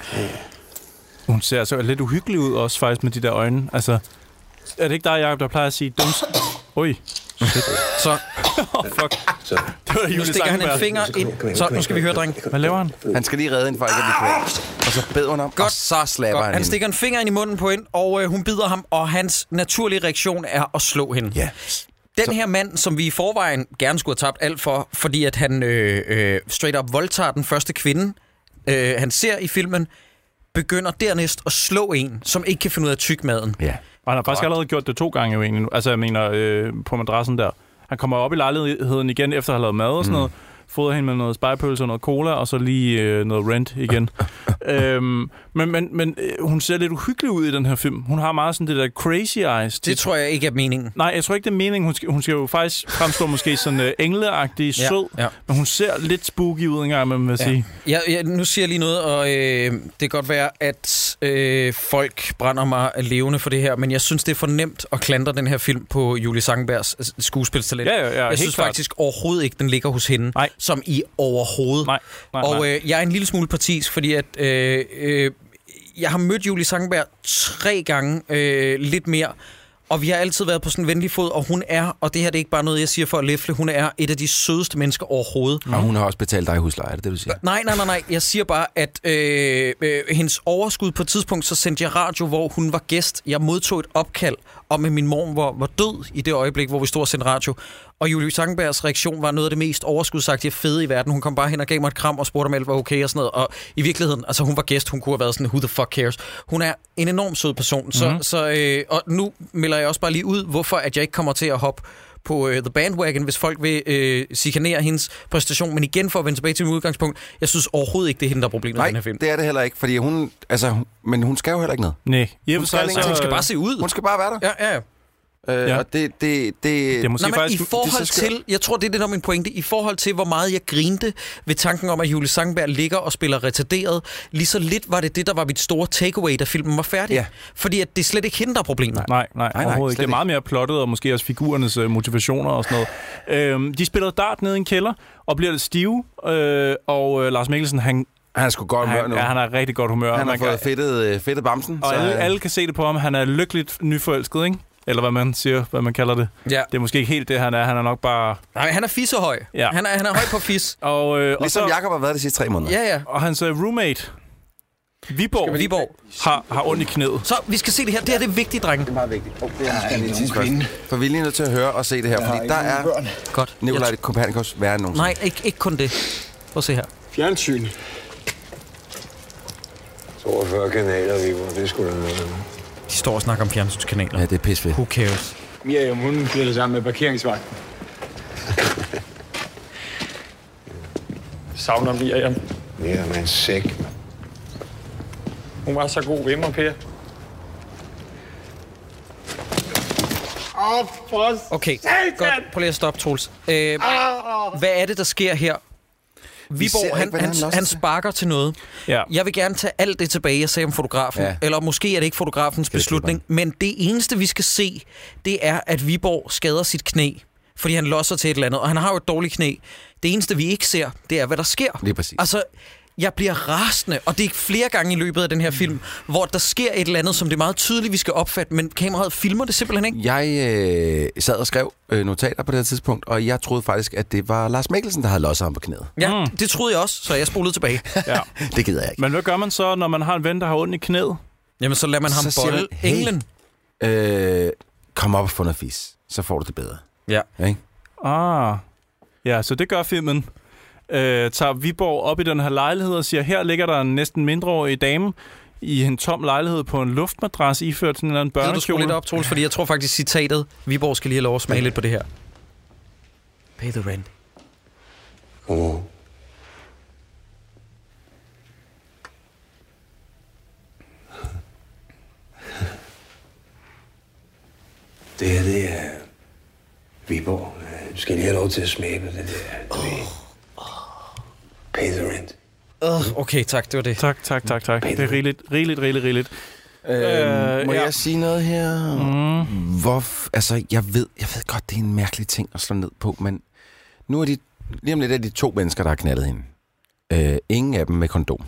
Hun ser så lidt uhyggelig ud også faktisk med de der øjne. Altså, er det ikke dig, Jacob, der plejer at sige dumt? Oj. Shit. Så. Oh, fuck. Så. Det var Nu stikker han en finger ind. Så, nu skal vi høre, dreng. Hvad laver han? Han skal lige redde hende for ikke at blive kvalt. Og så beder hun ham, Godt. og så slapper Godt. han Han hende. stikker en finger ind i munden på hende, og øh, hun bider ham, og hans naturlige reaktion er at slå hende. Ja. Den Så- her mand, som vi i forvejen gerne skulle have tabt alt for, fordi at han øh, øh, straight up voldtager den første kvinde, øh, han ser i filmen, begynder dernæst at slå en, som ikke kan finde ud af at tygge maden. Ja. Og han har faktisk allerede gjort det to gange jo egentlig nu. Altså, jeg mener, øh, på madrassen der. Han kommer op i lejligheden igen, efter at have lavet mad og sådan mm. noget. Fodrer hende med noget spejepølse og noget cola, og så lige øh, noget rent igen. øhm, men men, men øh, hun ser lidt uhyggelig ud i den her film. Hun har meget sådan det der crazy eyes. Det tror jeg ikke er meningen. Nej, jeg tror ikke, det er meningen. Hun skal, hun skal jo faktisk fremstå måske sådan øh, engleagtig, Ja, sød. ja. Men hun ser lidt spooky ud engang, man vil ja. sige. Jeg, jeg, nu siger jeg lige noget, og øh, det kan godt være, at øh, folk brænder mig levende for det her, men jeg synes, det er for nemt at klandre den her film på Julie Sangenbergs skuespilstalent. Ja, ja, ja, jeg helt synes klart. faktisk overhovedet ikke, den ligger hos hende, Nej. som i overhovedet. Nej, nej, og nej. øh, jeg er en lille smule partisk, fordi at øh, øh, jeg har mødt Julie Sangenberg tre gange, øh, lidt mere, og vi har altid været på sådan en venlig fod, og hun er, og det her det er ikke bare noget, jeg siger for at læfle, hun er et af de sødeste mennesker overhovedet. Og hun har også betalt dig husleje, er det det, du siger? Nej, nej, nej, nej. Jeg siger bare, at øh, øh, hendes overskud på et tidspunkt, så sendte jeg radio, hvor hun var gæst. Jeg modtog et opkald om, at min mor var, var død i det øjeblik, hvor vi stod og sendte radio. Og Julie Sangenbergs reaktion var noget af det mest overskudsagtige fede i verden. Hun kom bare hen og gav mig et kram og spurgte, om alt var okay og sådan noget. Og i virkeligheden, altså hun var gæst, hun kunne have været sådan, who the fuck cares? Hun er en enorm sød person. Så, mm-hmm. så, øh, og nu melder jeg også bare lige ud, hvorfor at jeg ikke kommer til at hoppe på uh, The Bandwagon, hvis folk vil uh, chikanere hendes præstation. Men igen, for at vende tilbage til mit udgangspunkt, jeg synes overhovedet ikke, det er hende, der er problemet i den her film. det er det heller ikke, fordi hun... Altså, hun- men hun skal jo heller ikke noget. Nej. Hun skal ikke- Altså, hun skal bare se ud. Hun skal bare være der. Ja, ja, ja. Øh, Ja. Og det... det, det, Det er måske Nå, men faktisk... i forhold det er så skørt. til, jeg tror, det er det, der er min pointe, i forhold til, hvor meget jeg grinte ved tanken om, at Julie Sangenberg ligger og spiller retarderet, lige så lidt var det det, der var mit store takeaway, da filmen var færdig. Ja. Fordi at det er slet ikke hende, der er problemet. Nej, nej, nej, overhovedet ikke. slet Det er meget mere plottet, og måske også figurernes øh, motivationer og sådan noget. Øhm, de spiller dart nede i en kælder, og bliver lidt stive, øh, og øh, Lars Mikkelsen, han, Han er sgu godt humør han, nu. ja, han er rigtig godt humør. Han har Man kan- fået fedtet, øh, fedtet bamsen. Og så, alle, øh, alle kan se det på ham. Han er lykkeligt nyforelsket, ikke? Eller hvad man siger, hvad man kalder det. Ja. Det er måske ikke helt det, han er. Han er nok bare... Nej, han er fissehøj. Ja. Han, er, han er høj på fis. Og, øh, og, Ligesom så, Jakob har været de sidste tre måneder. Ja, ja. og hans uh, roommate, Viborg, Viborg. har, har ondt i knæet. Så vi skal se det her. Det her det er vigtigt, drenge. Det er meget vigtigt. Oh, det er en ung kvinde. For vi er lige nødt til at høre og se det her, fordi der er Godt. Nikolaj Kopernikus værre end nogensinde. Nej, ikke, ikke kun det. Prøv at se her. Fjernsyn. toogfyrre kanaler, vi var. Det skulle da noget. De står og snakker om fjernsynskanaler. Ja, det er pisfedt. Who cares? Miriam, hun flyttede sammen med parkeringsvagten. Savner Miriam. Mere med en sæk. Hun var så god ved mig, Per. Åh, oh, for Okay, satan! godt. Prøv lige at stoppe, Troels. Øh, hvad er det, der sker her? ser Viborg, ikke, han, hvad han, han losser han til. sparker til noget. Ja. Jeg vil gerne tage alt det tilbage, jeg sagde om fotografen. Ja. Eller måske er det ikke fotografens Det er beslutning. Men det eneste, vi skal se, det er, at Viborg skader sit knæ. Fordi han losser til et eller andet. Og han har jo et dårligt knæ. Det eneste, vi ikke ser, det er, hvad der sker. Lige præcis. Altså, jeg bliver rasende, og det er flere gange i løbet af den her film, hvor der sker et eller andet, som det er meget tydeligt, vi skal opfatte, men kameraet filmer det simpelthen ikke. Jeg øh, sad og skrev øh, notater på det her tidspunkt, og jeg troede faktisk, at det var Lars Mikkelsen, der havde losset ham på knæet. Ja, mm. det troede jeg også, så jeg spolede tilbage. Ja. Det gider jeg ikke. Men hvad gør man så, når man har en ven, der har ondt i knæet? Jamen, så lader man ham Så siger bolle man, hey. englen. Øh, kom op og få noget fis, så får du det bedre. Ja. Ikke? Ah, ja, så det gør filmen. Øh, tager Viborg op i den her lejlighed og siger, her ligger der en næsten mindreårig dame. i en tom lejlighed på en luftmadras, iført sådan en eller anden børnekjole. Du skulle lidt op, Troels, fordi jeg tror faktisk citatet, Viborg skal lige have lov at smage lidt på det her. Pay the rent. Oh. Det her, det er Viborg. Du skal lige have lov til at smage på det der. Du oh. Pay the rent. Uh, okay, tak, det var det. Tak, tak, tak, tak. Det er rigeligt, rigeligt, rigeligt, rigeligt. Øhm, øh, må ja. jeg sige noget her? Mm. Hvor, altså, jeg ved, jeg ved godt, det er en mærkelig ting at slå ned på, men nu er de, lige om lidt er de to mennesker, der har knaldet hende. Øh, ingen af dem med kondom.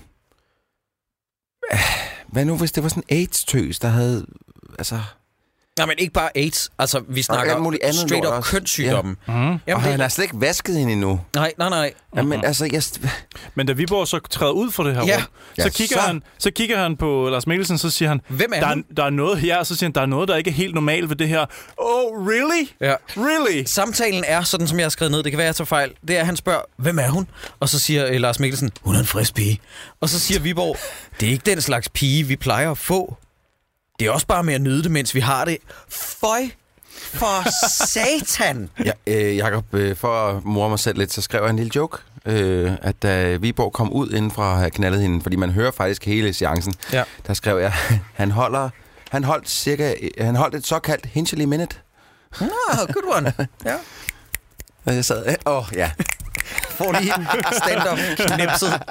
Hvad nu, hvis det var sådan en AIDS-tøs, der havde, altså... Nej, men ikke bare AIDS. Altså, vi snakker andet straight up kønssygdommen. Ja. Mm. Jamen, og det... han har slet ikke vasket hende endnu. Nej, nej, nej. Jamen, altså, jeg... Men da Viborg så træder ud for det her ja. rum, så, ja, kigger så... Han, så kigger han på Lars Mikkelsen, så siger han... Hvem er der, hun? Der er noget her, så siger han, der er noget, der ikke er helt normalt ved det her. Oh, really? Ja. Really? Samtalen er, sådan som jeg har skrevet ned, det kan være, jeg tager fejl, det er, at han spørger, hvem er hun? Og så siger eh, Lars Mikkelsen, hun er en frisk pige. Og så siger Viborg, det er ikke den slags pige, vi plejer at få. Det er også bare med at nyde det, mens vi har det. Føj for satan! Ja, øh, Jacob, øh, for at mor mig selv lidt, så skrev jeg en lille joke, øh, at da Viborg kom ud inden fra at have knaldet hende, fordi man hører faktisk hele seancen, ja. Der skrev jeg, han holder, han holdt cirka, han holdt et såkaldt Hinchely minute. Ah, good one. Ja. Og jeg sad, åh, oh, ja. Får lige en stand-up knipset.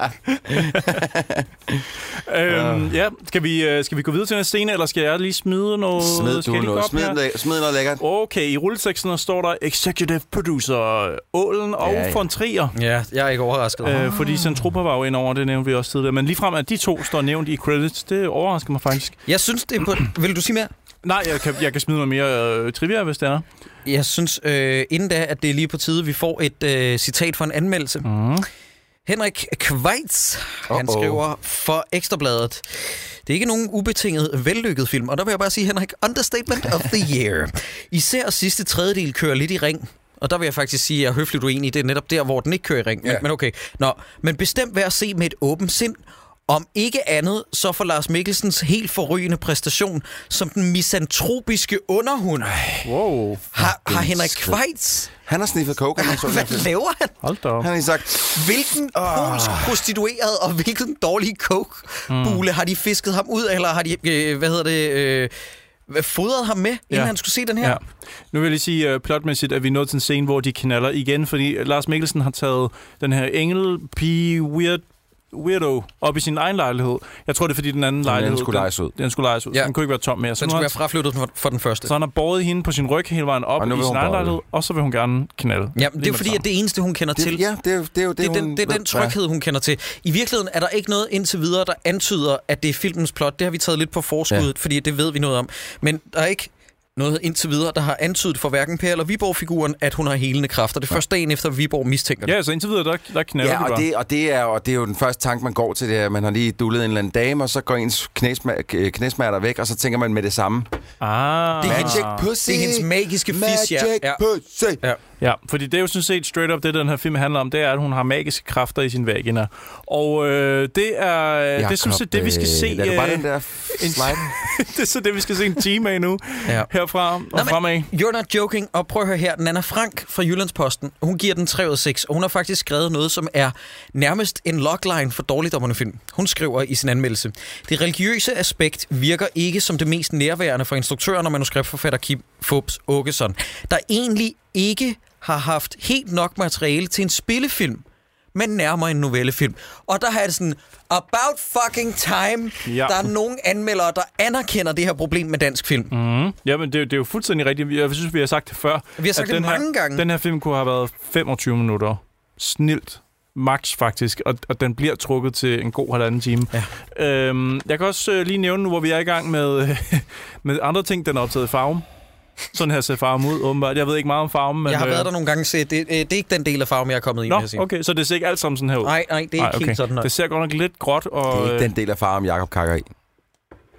øhm, ja, skal vi, skal vi gå videre til en scene, eller skal jeg lige smide noget? Smid du noget. Smid, læ- smid noget lækkert. Okay, i rulleteksten står der Executive Producer Ålen og ja, ja. von Trier. Ja, jeg er ikke overrasket. Øh, fordi Centropa var jo ind over, det nævnte vi også tidligere. Men ligefrem at de to står nævnt i credits, det overrasker mig faktisk. Jeg synes, det er på... Vil du sige mere? Nej, jeg kan, jeg kan smide noget mere øh, trivia, hvis det er. Jeg synes øh, inden da, at det er lige på tide, vi får et øh, citat fra en anmeldelse. Mm. Henrik Kveitz, Uh-oh. han skriver for Ekstrabladet. Det er ikke nogen ubetinget vellykket film, og der vil jeg bare sige, Henrik, understatement of the year. Især sidste tredjedel kører lidt i ring. Og der vil jeg faktisk sige, at jeg er høfligt uenig. Det er netop der, hvor den ikke kører i ring. Men, yeah. men okay. Nå, men bestemt værd at se med et åbent sind. Om ikke andet, så for Lars Mikkelsens helt forrygende præstation som den misantropiske underhund. Wow. Har, har Henrik Kveitz... Han har sniffet coke. Hvad laver han? Hold da op. Han har sagt... Hvilken polsk prostitueret og hvilken dårlig coke-bule mm. har de fisket ham ud, eller har de, øh, hvad hedder det... Øh, fodret ham med, inden ja. han skulle se den her? Ja. Nu vil jeg lige sige uh, plotmæssigt, at vi er nået til en scene, hvor de knaller igen, fordi Lars Mikkelsen har taget den her engelpige weird weirdo op i sin egen lejlighed. Jeg tror, det er fordi den anden den lejlighed... Den skulle lejes ud. Den skulle lejes ud. Ja. Den kunne ikke være tom mere. Så den skulle være fraflyttet for, for den første. Så han har båret hende på sin ryg hele vejen op i sin egen lejlighed, og så vil hun gerne knalde. Ja, det er fordi, at det eneste, hun kender det, til... Ja, det er, det er jo det, det, er hun... den, det er den tryghed, hun kender til. I virkeligheden er der ikke noget indtil videre, der antyder, at det er filmens plot. Det har vi taget lidt på forskuddet, ja. fordi det ved vi noget om. Men der er ikke noget indtil videre, der har antydet for hverken Per eller Viborg-figuren, at hun har helende kræfter. Det er først dagen efter, Viborg mistænker det. Ja, så indtil videre, der, der knalder ja, og det, og det er og det er jo den første tanke, man går til det her. Man har lige dullet en eller anden dame, og så går ens knæsmær, knæsmerter væk, og så tænker man med det samme. Ah. Det er Magic Pussy. Det er hendes magiske fis, ja. Magic Pussy. Ja. Ja, fordi det er jo sådan set straight up, det den her film handler om, det er, at hun har magiske kræfter i sin vagina. Og øh, det er Jacob, det er sådan set det, vi skal se. Er det bare den der slide? Det er så det, vi skal se en time af nu. Ja. Herfra og Nå, fremad. You're not joking. Og prøv at høre her. Nana Frank fra Jyllandsposten, hun giver den tre ud af seks. Og hun har faktisk skrevet noget, som er nærmest en logline for dårligdommerne film. Hun skriver i sin anmeldelse: det religiøse aspekt virker ikke som det mest nærværende for instruktøren og manuskriptforfatter Kim Fupz Aakeson, der egentlig ikke har haft helt nok materiale til en spillefilm, men nærmere en novellefilm. Og der har det sådan, about fucking time, ja. Der er nogle anmeldere, der anerkender det her problem med dansk film. Mm. Jamen, det, det er jo fuldstændig rigtigt. Jeg synes, vi har sagt det før. Vi har sagt det mange her, gange. Den her film kunne have været femogtyve minutter. Snilt. Max, faktisk. Og, og den bliver trukket til en god halvanden time. Ja. Øhm, jeg kan også øh, lige nævne nu, hvor vi er i gang med, med andre ting, den er optaget i farven. Sådan her ser Farm ud, åbenbart. Jeg ved ikke meget om Farm, men... Jeg har været der nogle gange set. Det, det er ikke den del af Farm, jeg er kommet i, Nå, vil jeg sige. Okay, så det ser ikke alt sammen sådan her ud? Nej, nej, det er ikke nej, okay. helt sådan her. Det ser godt nok lidt gråt og... Det er ikke den del af Farm, Jacob kakker i.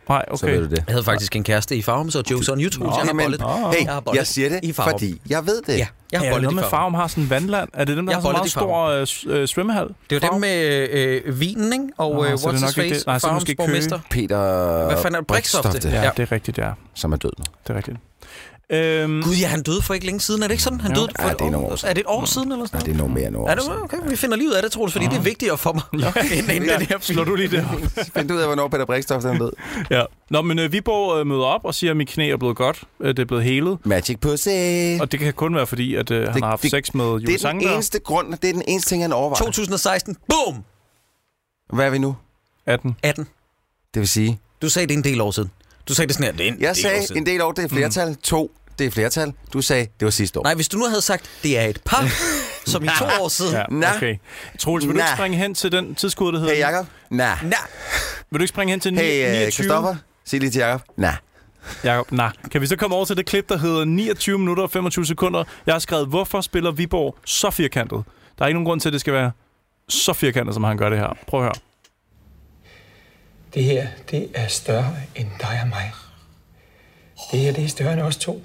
Nej, okay. Så ved du det. Jeg havde faktisk en kæreste i Farum, så jokes on YouTube. Nå, Jeg har men, bollet. hey, jeg, har bollet jeg siger det, i Farum. fordi jeg ved det. Ja, jeg har Ja, bollet noget i med Farum. Farum har sådan en vandland. Er det dem, der Jeg har har så meget stor øh, øh, svømmehal? Det er jo dem med øh, vinen, ikke? Og Nå, øh, så er What's det His nok ikke Face, det. Nej, så er det Farums måske borgmester. Peter... Hvad fanden er det? Brixtofte? Ja, Ja. det er rigtigt, ja. Som er død nu. Det er rigtigt. Øhm, Gud, ja, han døde for ikke længe siden. Er det ikke sådan? Han Jo. døde for Ja, det er nogle år år. Er det et år siden eller sådan Nej, noget? det er noget mere end år. Er det okay? Vi finder lige ud af det, Troels, fordi det er vigtigere for mig. End, end den her film. slår du lige det op? Find ud af, hvornår Peter Brixtoft er død. Ja. Nå, men øh, Viborg øh, møder op og siger, at mit knæ er blevet godt. Øh, det er blevet helet. Magic Pussy. Og det kan kun være fordi, at øh, han Det- har haft det- sex med Julie Det er den Sangberg. eneste grund, det er den eneste ting, han overvejer. to tusind og seksten. Boom! Hvad er vi nu? atten. atten. Det vil sige... Du sagde, det er en del år siden. Du sagde det sådan her, det er en Jeg del år sagde, siden. en del år, det er flertal. Mm. To, det er flertal. Du sagde, det var sidste år. Nej, hvis du nu havde sagt, det er et par, som i to år siden. Ja, Nå. okay. Troels, vil du ikke Nå. springe hen til den tidskode, der hedder... Hey, Jacob. Nah. Nej. Vil du ikke springe hen til Hey, uh, niogtyve? Christoffer. Sig lige til Jacob. Nah. Jacob, nej. Kan vi så komme over til det klip, der hedder niogtyve minutter og femogtyve sekunder? Jeg har skrevet, hvorfor spiller Viborg så firkantet? Der er ikke nogen grund til, at det skal være så firkantet, som han gør det her. Prøv at høre. Det her, det er større end dig og mig. Det her, det er større end os to.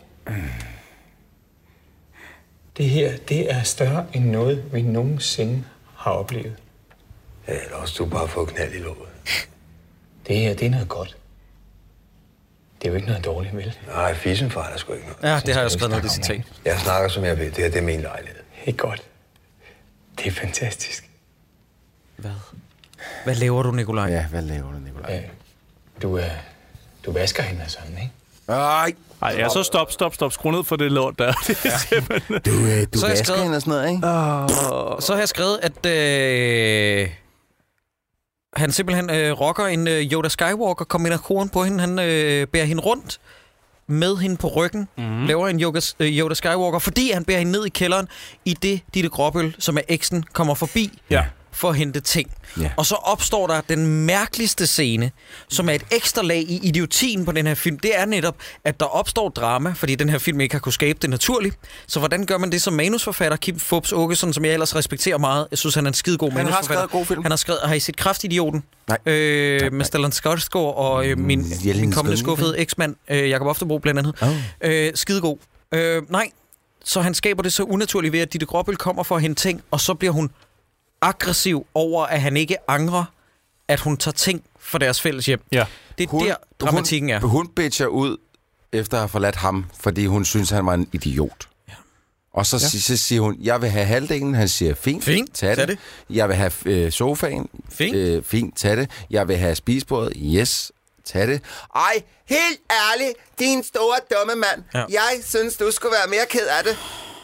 Det her, det er større end noget, vi nogensinde har oplevet. Ja, eller også du bare får knald i låget. Det her, det er noget godt. Det er jo ikke noget dårligt, vel? Nej, fisen for er sgu ikke noget. Ja, det har jeg skrevet noget, det citat. Jeg snakker, som jeg vil. Det her, det er min lejlighed. Det er godt. Det er fantastisk. Hvad? Hvad laver du, Nikolaj? Ja, hvad laver du, Nicolaj? Ja, du, er, du vasker hende og sådan, ikke? Ej, Ej, ja, så stop, stop, stop. Skru ned for det lort der. Det er simpelthen... du, øh, du Så har jeg vasker skrevet- hende og sådan noget, ikke? Så har jeg skrevet, at øh, han simpelthen øh, rocker en øh, Yoda Skywalker, kombination på hende. Han øh, bærer hende rundt med hende på ryggen, mm. laver en Yoda, øh, Yoda Skywalker, fordi han bærer hende ned i kælderen, i det Ditte Gråbøl, som er eksen, kommer forbi. Ja. For at hente ting. Ja. Og så opstår der den mærkeligste scene, som er et ekstra lag i idiotien på den her film. Det er netop, at der opstår drama, fordi den her film ikke har kunnet skabe det naturligt. Så hvordan gør man det som manusforfatter? Kim Fupz Aakeson, som jeg ellers respekterer meget. Jeg synes, han er en skidegod Han har manusforfatter. skrevet god film. Han har skrevet, har I set Kraftidioten? Nej. Øh, Nej, med nej. Stellan Skarsgård og øh, min, Jelling min kommende Skønning, skuffede eksmand, øh, Jakob Oftebro blandt andet. Oh. Øh, skidegod. Øh, nej, så han skaber det så unaturligt ved, at Ditte Gråbøl kommer for at hente ting, og så bliver hun aggressiv over, at han ikke angrer, at hun tager ting for deres fælles hjem. Ja. Det er Hun- der, dramatikken er. Hun, hun bitcher ud, efter at have forladt ham, fordi hun synes, han var en idiot. Ja. Og så, ja. så siger hun, jeg vil have halvdelen. Han siger, fint, Fint, tag det. tag det. Jeg vil have øh, sofaen. Fint. Øh, fint, tag det. Jeg vil have spisebordet. Yes, tag det. Ej, helt ærligt, din store dumme mand. Ja. Jeg synes, du skulle være mere ked af det.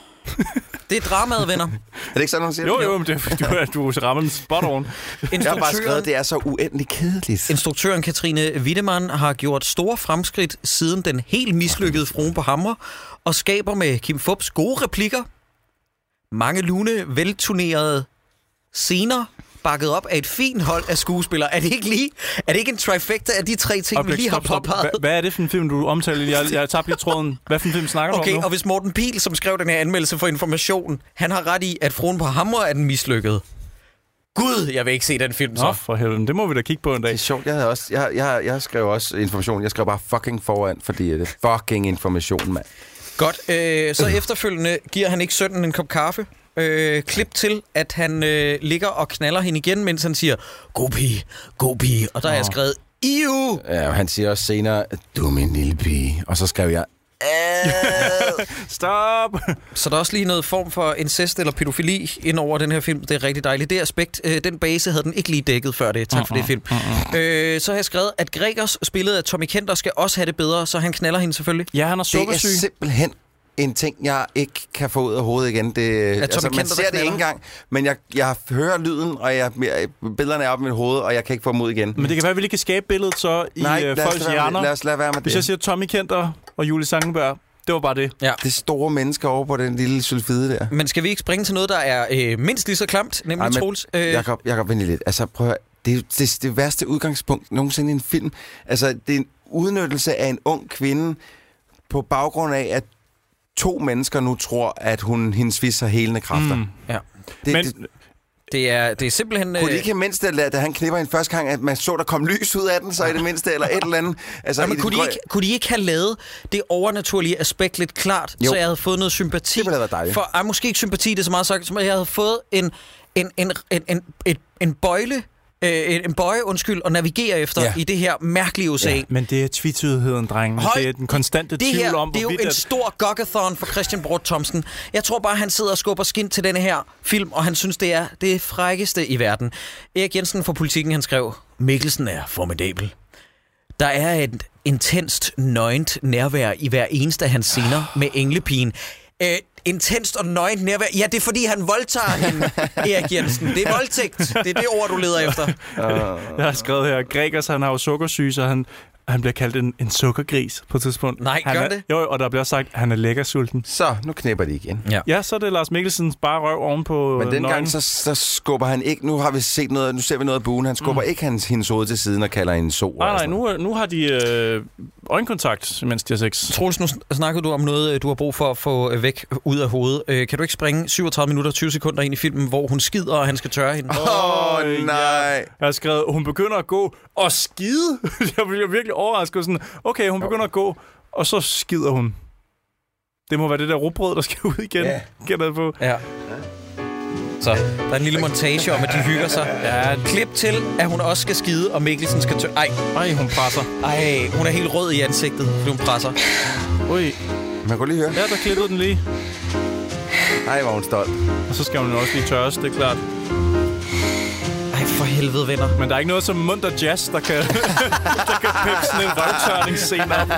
Det er dramaet, venner. Er det ikke sådan, hun siger Jo, det? jo, men det, du, er- du rammer den spot on. Jeg har bare skrevet, det er så uendelig kedeligt. Instruktøren Katrine Wiedemann har gjort store fremskridt siden den helt mislykkede Fruen på Hamre, og skaber med Kim Fupz gode replikker, mange lune, velturnerede scener, bakket op af et fint hold af skuespillere. Er det ikke lige? Er det ikke en trifecta af de tre ting, vi lige har påpeget? Hvad, hvad er det for en film, du omtaler? Jeg, jeg tabte lige tråden. Hvad for en film snakker du Okay, om nu? og hvis Morten Pihl, som skrev den her anmeldelse for Information, han har ret i, at Fruen på Hamre er den mislykkede. Gud, jeg vil ikke se den film så. Nå, for helvede. Det må vi da kigge på en dag. Det er sjovt, jeg havde også, jeg, jeg, jeg skrev også information. Jeg skrev bare fucking foran, fordi det er fucking information, mand. Godt, øh, så efterfølgende giver han ikke sønnen en kop kaffe. Øh, klip til, at han øh, ligger og knaller hende igen, mens han siger, god pige, god pige. Og der har jeg skrevet, iu! Ja, og han siger også senere, du er min lille pige. Og så skrev jeg, Stop! Så der er også lige noget form for incest eller pædofili ind over den her film. Det er rigtig dejligt. Det aspekt, øh, den base havde den ikke lige dækket før det. Tak for det, film. Øh, så har jeg skrevet, at Gregers, spillet af Tommy Kenter, skal også have det bedre, så han knaller hende selvfølgelig. Ja, han er det er sukkersyg. simpelthen en ting, jeg ikke kan få ud af hovedet igen. Det, altså, man Kenter, ser der det ikke engang, men jeg, jeg hører lyden, og jeg, jeg, billederne er oppe i mit hoved, og jeg kan ikke få dem ud igen. Men det kan være, at vi lige kan skabe billedet så i Nej, øh, lad os folks lade være med- hjerner. lad os lade være med Hvis det. jeg siger Tommy Kenter og Julie Sangenberg, det var bare det. Ja. Det store mennesker over på den lille sulfide der. Men skal vi ikke springe til noget, der er øh, mindst lige så klamt, nemlig Ej, men Troels? Øh, Jakob, Jakob, vent lige lidt. Altså, prøv at høre. Det er det, det værste udgangspunkt nogensinde i en film. Altså, det er en udnyttelse af en ung kvinde på baggrund af, at to mennesker nu tror, at hun hendes fis har helende kræfter. Mm. ja. Det, Men det, Det er, det er simpelthen... Kunne det ikke mindst, da han knipper en første gang, at man så, der kom lys ud af den, så i det mindste, eller et eller andet? Altså, Jamen, kunne, de ikke, kunne de ikke have lavet det overnaturlige aspekt lidt klart, jo. Så jeg havde fået noget sympati? Det ville have været dejligt. For, ej, måske ikke sympati, det er så meget sagt, som jeg havde fået en, en, en, en, en, en, en bøjle, øh, en bøje, undskyld, at navigere efter ja. I det her mærkelige ocean. Ja, men det er tvetydigheden, drenge. Det er den konstante det tvivl her, om, det er jo en at... stor gokkathon for Christian Brodt Thomsen. Jeg tror bare, han sidder og skubber skin til denne her film, og han synes, det er det frækkeste i verden. Erik Jensen fra Politikken, han skrev, Mikkelsen er formidabel. Der er et intenst, nøgent nærvær i hver eneste af hans scener med englepigen. Øh, intenst og nøgent nærvær. Ja, det er fordi, han voldtager hende, Erik Jensen. Det er voldtægt. Det er det ord, du leder efter. Jeg har skrevet her, Gregers, han har jo sukkersyge, så han, han bliver kaldt en, en sukkergris på et tidspunkt. Nej, han gør er, det? Jo, og der bliver sagt, at han er lækker sulten. Så, nu knæpper de igen. Ja, ja, så er det Lars Mikkelsens bare røv oven på Men den nøgen. gang, så, så skubber han ikke... Nu har vi set noget, nu ser vi noget af buen. Han skubber mm. ikke hans, hendes hoved til siden og kalder en so. Nej, nej, nu, nu har de øh, øjenkontakt, mens de har sex. Troels, nu snakkede du om noget, du har brug for at få væk ud af hovedet. Kan du ikke springe syvogtredive minutter og tyve sekunder ind i filmen, hvor hun skider, og han skal tørre hende? Åh, oh, nej. Jeg har skrevet, hun begynder at gå og skide. Jeg bliver virkelig overrasket. Sådan, okay, hun begynder at gå, og så skider hun. Det må være det der rugbrød, der skal ud igen. Ja. Gætter på. Ja. Så der er en lille montage om, at de hygger sig. Ja, klip til, at hun også skal skide, og Mikkelsen skal tørre. Ej, Ej, hun presser. Ej, hun er helt rød i ansigtet, fordi hun presser. Ui. Man kunne lige høre. Ja, der klippede den lige. Ej, hvor hun stolt. Og så skal hun også lige tørres, det er klart. Ej, for helvede, venner. Men der er ikke noget som munter jazz, der kan, der kan pippe sådan en røvtørningsscene op.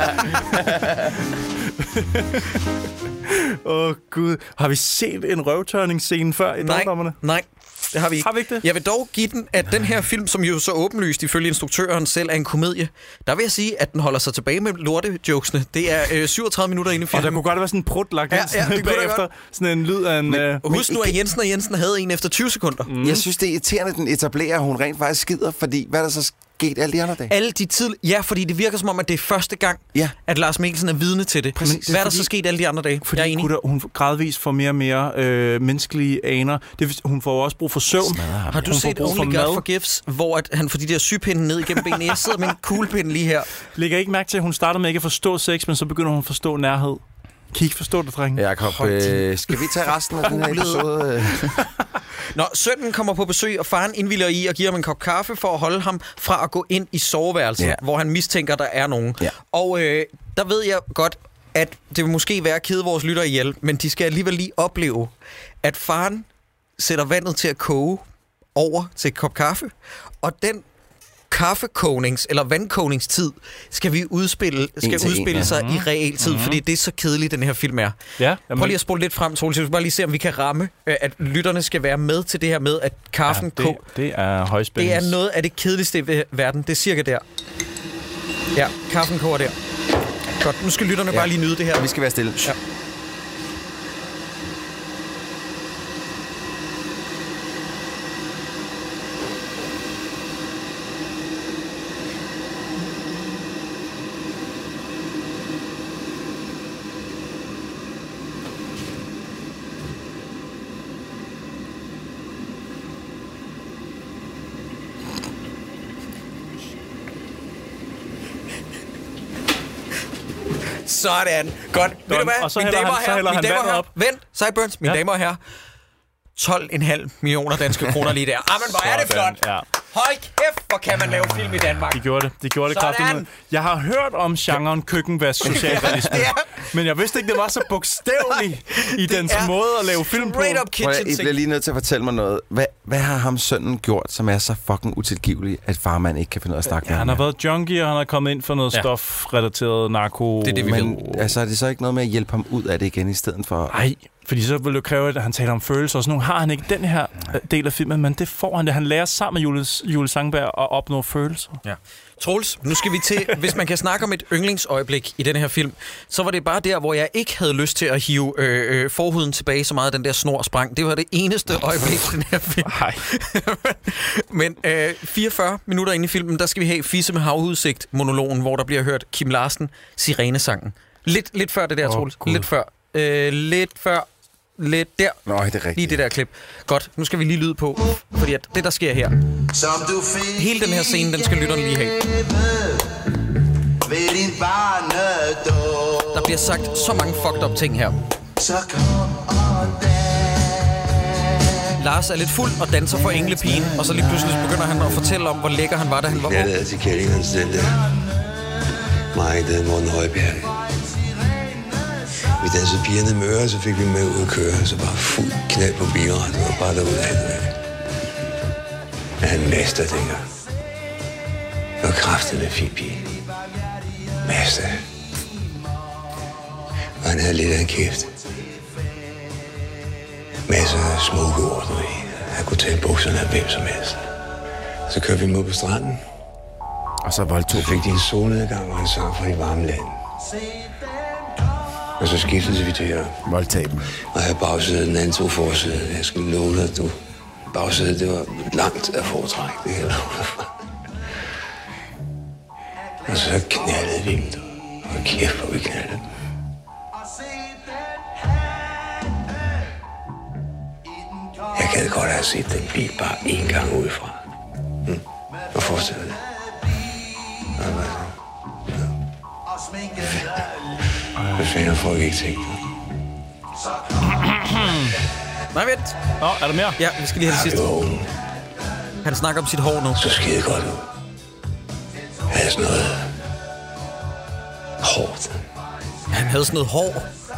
Åh, oh, Gud. Har vi set en røvtørningsscene før i Dagdommerne? Nej, det har vi ikke. Har vi ikke det? Jeg vil dog give den, at den her film, som jo så åbenlyst ifølge instruktøren selv er en komedie, der vil jeg sige, at den holder sig tilbage med lortejokesene. Det er øh, syvogtredive minutter inde i filmen. Og der kunne godt være sådan en prut lagt ja, ind ja, det bagefter. Sådan en lyd af en... Men, øh, husk nu, at Jensen og Jensen havde en efter tyve sekunder. Mm. Jeg synes, det er irriterende, at den etablerer, at hun rent faktisk skider, fordi hvad er der så sket alle de andre dage? Alle de tid... Ja, fordi det virker som om, at det er første gang, ja. At Lars Mikkelsen er vidne til det. Præcis. Men hvad er der så sket alle de andre dage? Fordi jeg er enig. Hun, hun gradvist får mere og mere øh, menneskelige aner. Det, hun får også brug for søvn. Har du hun set Only God Forgives, hvor at han får de der sygepinde ned igennem benene? Jeg sidder med en kuglepinde lige her. Lægger ikke mærke til, at hun starter med ikke at forstå sex, men så begynder hun at forstå nærhed. Kan I ikke forstå det, drenge? Jakob, øh, skal vi tage resten af den her episode? Nå, sønnen kommer på besøg, og faren indvilliger i og giver ham en kop kaffe for at holde ham fra at gå ind i soveværelset, ja. Hvor han mistænker, der er nogen. Ja. Og øh, der ved jeg godt, at det vil måske være at kede vores lytter ihjel, men de skal alligevel lige opleve, at faren sætter vandet til at koge over til et kop kaffe, og den kaffekognings- eller vandkogningstid skal vi udspille, skal udspille en, ja. sig mm-hmm. i realtid, mm-hmm. fordi det er så kedeligt, den her film er. Ja, Prøv lige at spole lidt frem, Troels. Jeg vil bare lige se, om vi kan ramme, at lytterne skal være med til det her med, at kaffen ja, det, det er højspændings. Det er noget af det kedeligste i verden. Det er cirka der. Ja, kaffen koger der. Godt, nu skal lytterne ja. bare lige nyde det her. Vi skal være stille. Ja. Sådan. Godt. Ved du hvad? Og så mine damer og herrer, mine damer og herrer. Op. Vent, Sideburns, mine ja. damer og herrer. tolv komma fem millioner danske kroner lige der. Ah, men hvor er det flot. Ja. Hold kæft, hvor kan man lave film i Danmark. De gjorde det. De gjorde det kraftigt. Jeg har hørt om genren køkkenvask socialrealisme, ja. men jeg vidste ikke, det var så bogstaveligt i dens måde at lave film på. I bliver lige nødt til at fortælle mig noget. Hvad, hvad har ham sønnen gjort, som er så fucking utilgivelig, at farmand ikke kan finde ud af at snakke ja, med ham? Han har været junkie, og han er kommet ind for noget ja. stofrelateret narko. Det er det, vi men, ved. Altså, er det så ikke noget med at hjælpe ham ud af det igen, i stedet for... Nej. Fordi så vil det kræve, at han taler om følelser og sådan nogle. Har han ikke den her del af filmen, men det får han det. Han lærer sammen med Jules, Jules Sangberg at opnå følelser. Ja. Troels, nu skal vi til, hvis man kan snakke om et yndlingsøjeblik i den her film, så var det bare der, hvor jeg ikke havde lyst til at hive øh, øh, forhuden tilbage så meget, den der snor sprang. Det var det eneste øjeblik i den her film. Nej. Men øh, fireogfyrre minutter inde i filmen, der skal vi have Fisse med havudsigt monologen, hvor der bliver hørt Kim Larsen Sirenesangen. Lidt, lidt før det der, oh, Troels. Lidt før. Øh, lidt før. lidt der. Nå, det er rigtigt. Lige det der klip. Godt, nu skal vi lige lyde på, fordi at det, der sker her. Hele den her scene, den skal lytterne lige have. Der bliver sagt så mange fucked up ting her. Lars er lidt fuld og danser for englepigen, og så lige pludselig begynder han at fortælle om, hvor lækker han var, da han var ung. Jeg lavede til kællingernes den der. Mig, der Morten Højbjerg. Vi dansede pigerne møre, så fik vi med ud at køre, så bare fuld knald på bilretten og bare derude af det. Men han mester dengang. Det var kraftet med fin pige. Mester. Og han havde lidt af en kæft. Masser af smukke ord, du ved. Han kunne tage bukserne af hvem som helst. Så kørte vi mod på stranden. Og så voldtog Så fik de en solnedgang og en sang fra de varme lande. Og så skiftede vi til at voldtage dem. Og jeg bagsædet, den anden tog forsædet. Jeg skulle love dig, at du bagsædet, det var langt at foretrække det her. Og så knaldede vi dem. Og kæft, hvor vi knaldede dem. Jeg gad godt have set den bil bare én gang udefra. Mm. Og fortsætter det. Og hvad så? Ja. Hvad fanden har folk ikke tænkt på? Nej, vent. Nå, er der mere? Ja, vi skal lige have det sidste. Jo, Han snakker om sit hår nu. så skide godt ud. Jeg havde sådan noget hårdt. Han havde sådan noget hår.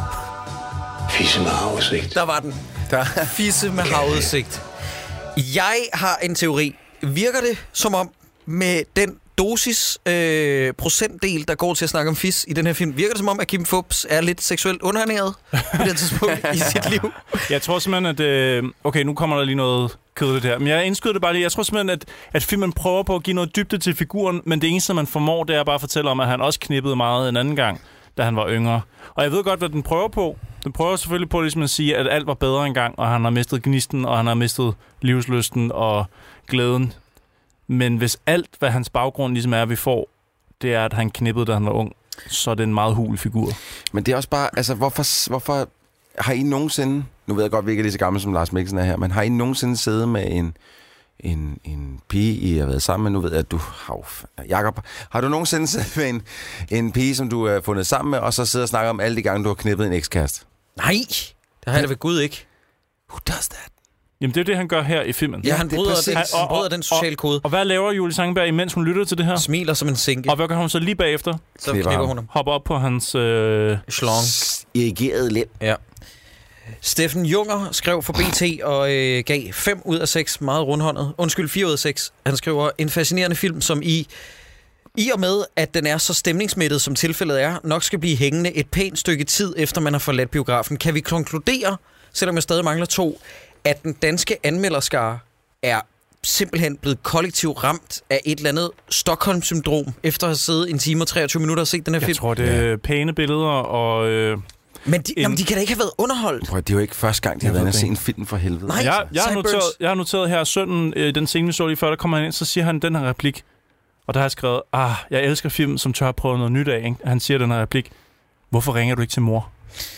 Fisse med havudsigt. Der var den. Der. Fisse med havudsigt. Jeg har en teori. Virker det som om med den dosis øh, procentdel, der går til at snakke om fis i den her film, virker det som om, at Kim Fubs er lidt seksuelt underernæret på det tidspunkt i sit liv? Jeg tror simpelthen, at... Øh, okay, nu kommer der lige noget kedeligt her. Men jeg indskyder det bare lige. Jeg tror simpelthen, at, at filmen prøver på at give noget dybde til figuren, men det eneste, man formår, det er bare at fortælle om, at han også knippede meget en anden gang, da han var yngre. Og jeg ved godt, hvad den prøver på. Den prøver selvfølgelig på ligesom at sige, at alt var bedre engang, og han har mistet gnisten, og han har mistet livslysten og glæden. Men hvis alt, hvad hans baggrund ligesom er, vi får, det er, at han knippede, da han var ung, så er det en meget hul figur. Men det er også bare, altså, hvorfor, hvorfor har I nogensinde, nu ved jeg godt, vi ikke er lige så gamle som Lars Mikkelsen er her, men har I nogensinde siddet med en, en, en pige, I har været sammen med, nu ved jeg, at du, hav, Jacob, har du nogensinde siddet med en, en pige, som du har fundet sammen med, og så sidder og snakker om alle de gange, du har knippet en ekskæreste? Nej, det har jeg da ved Gud ikke. Who does that? Jamen, det er det, han gør her i filmen. Ja, han bryder, præcis. den, Han- han og- bryder og- den sociale kode. Og hvad laver Julie Sangenberg, imens hun lytter til det her? Smiler som en sinke. Og hvad gør hun så lige bagefter? Så knipper knipper ham. hun ham. Hopper op på hans... Øh... Schlong. Irrigeret lem. Ja. Steffen Junger skrev for B T og øh, gav fem ud af seks meget rundhåndet. Undskyld, fire ud af seks. Han skriver, en fascinerende film, som i... I og med, at den er så stemningsmættet, som tilfældet er, nok skal blive hængende et pænt stykke tid, efter man har forladt biografen, kan vi konkludere, selvom jeg stadig mangler to, at den danske anmelderskare er simpelthen blevet kollektivt ramt af et eller andet Stockholm-syndrom, efter at have siddet en time og treogtyve minutter og set den her Jeg film. tror, det er pæne billeder, og... Øh... Men de, en- jamen, de kan da ikke have været underholdt. Prøv, det er jo ikke første gang, de har Jeg været ved inde og det se en film for helvede. Nej. Jeg, jeg, har Sideburns. noteret, jeg har noteret her, sønnen, øh, den scene, vi så lige før, der kommer han ind, så siger han den her replik. Og der har jeg skrevet, ah, jeg elsker film, som tør at prøve noget nyt af. Ikke? Han siger den her replik, hvorfor ringer du ikke til mor?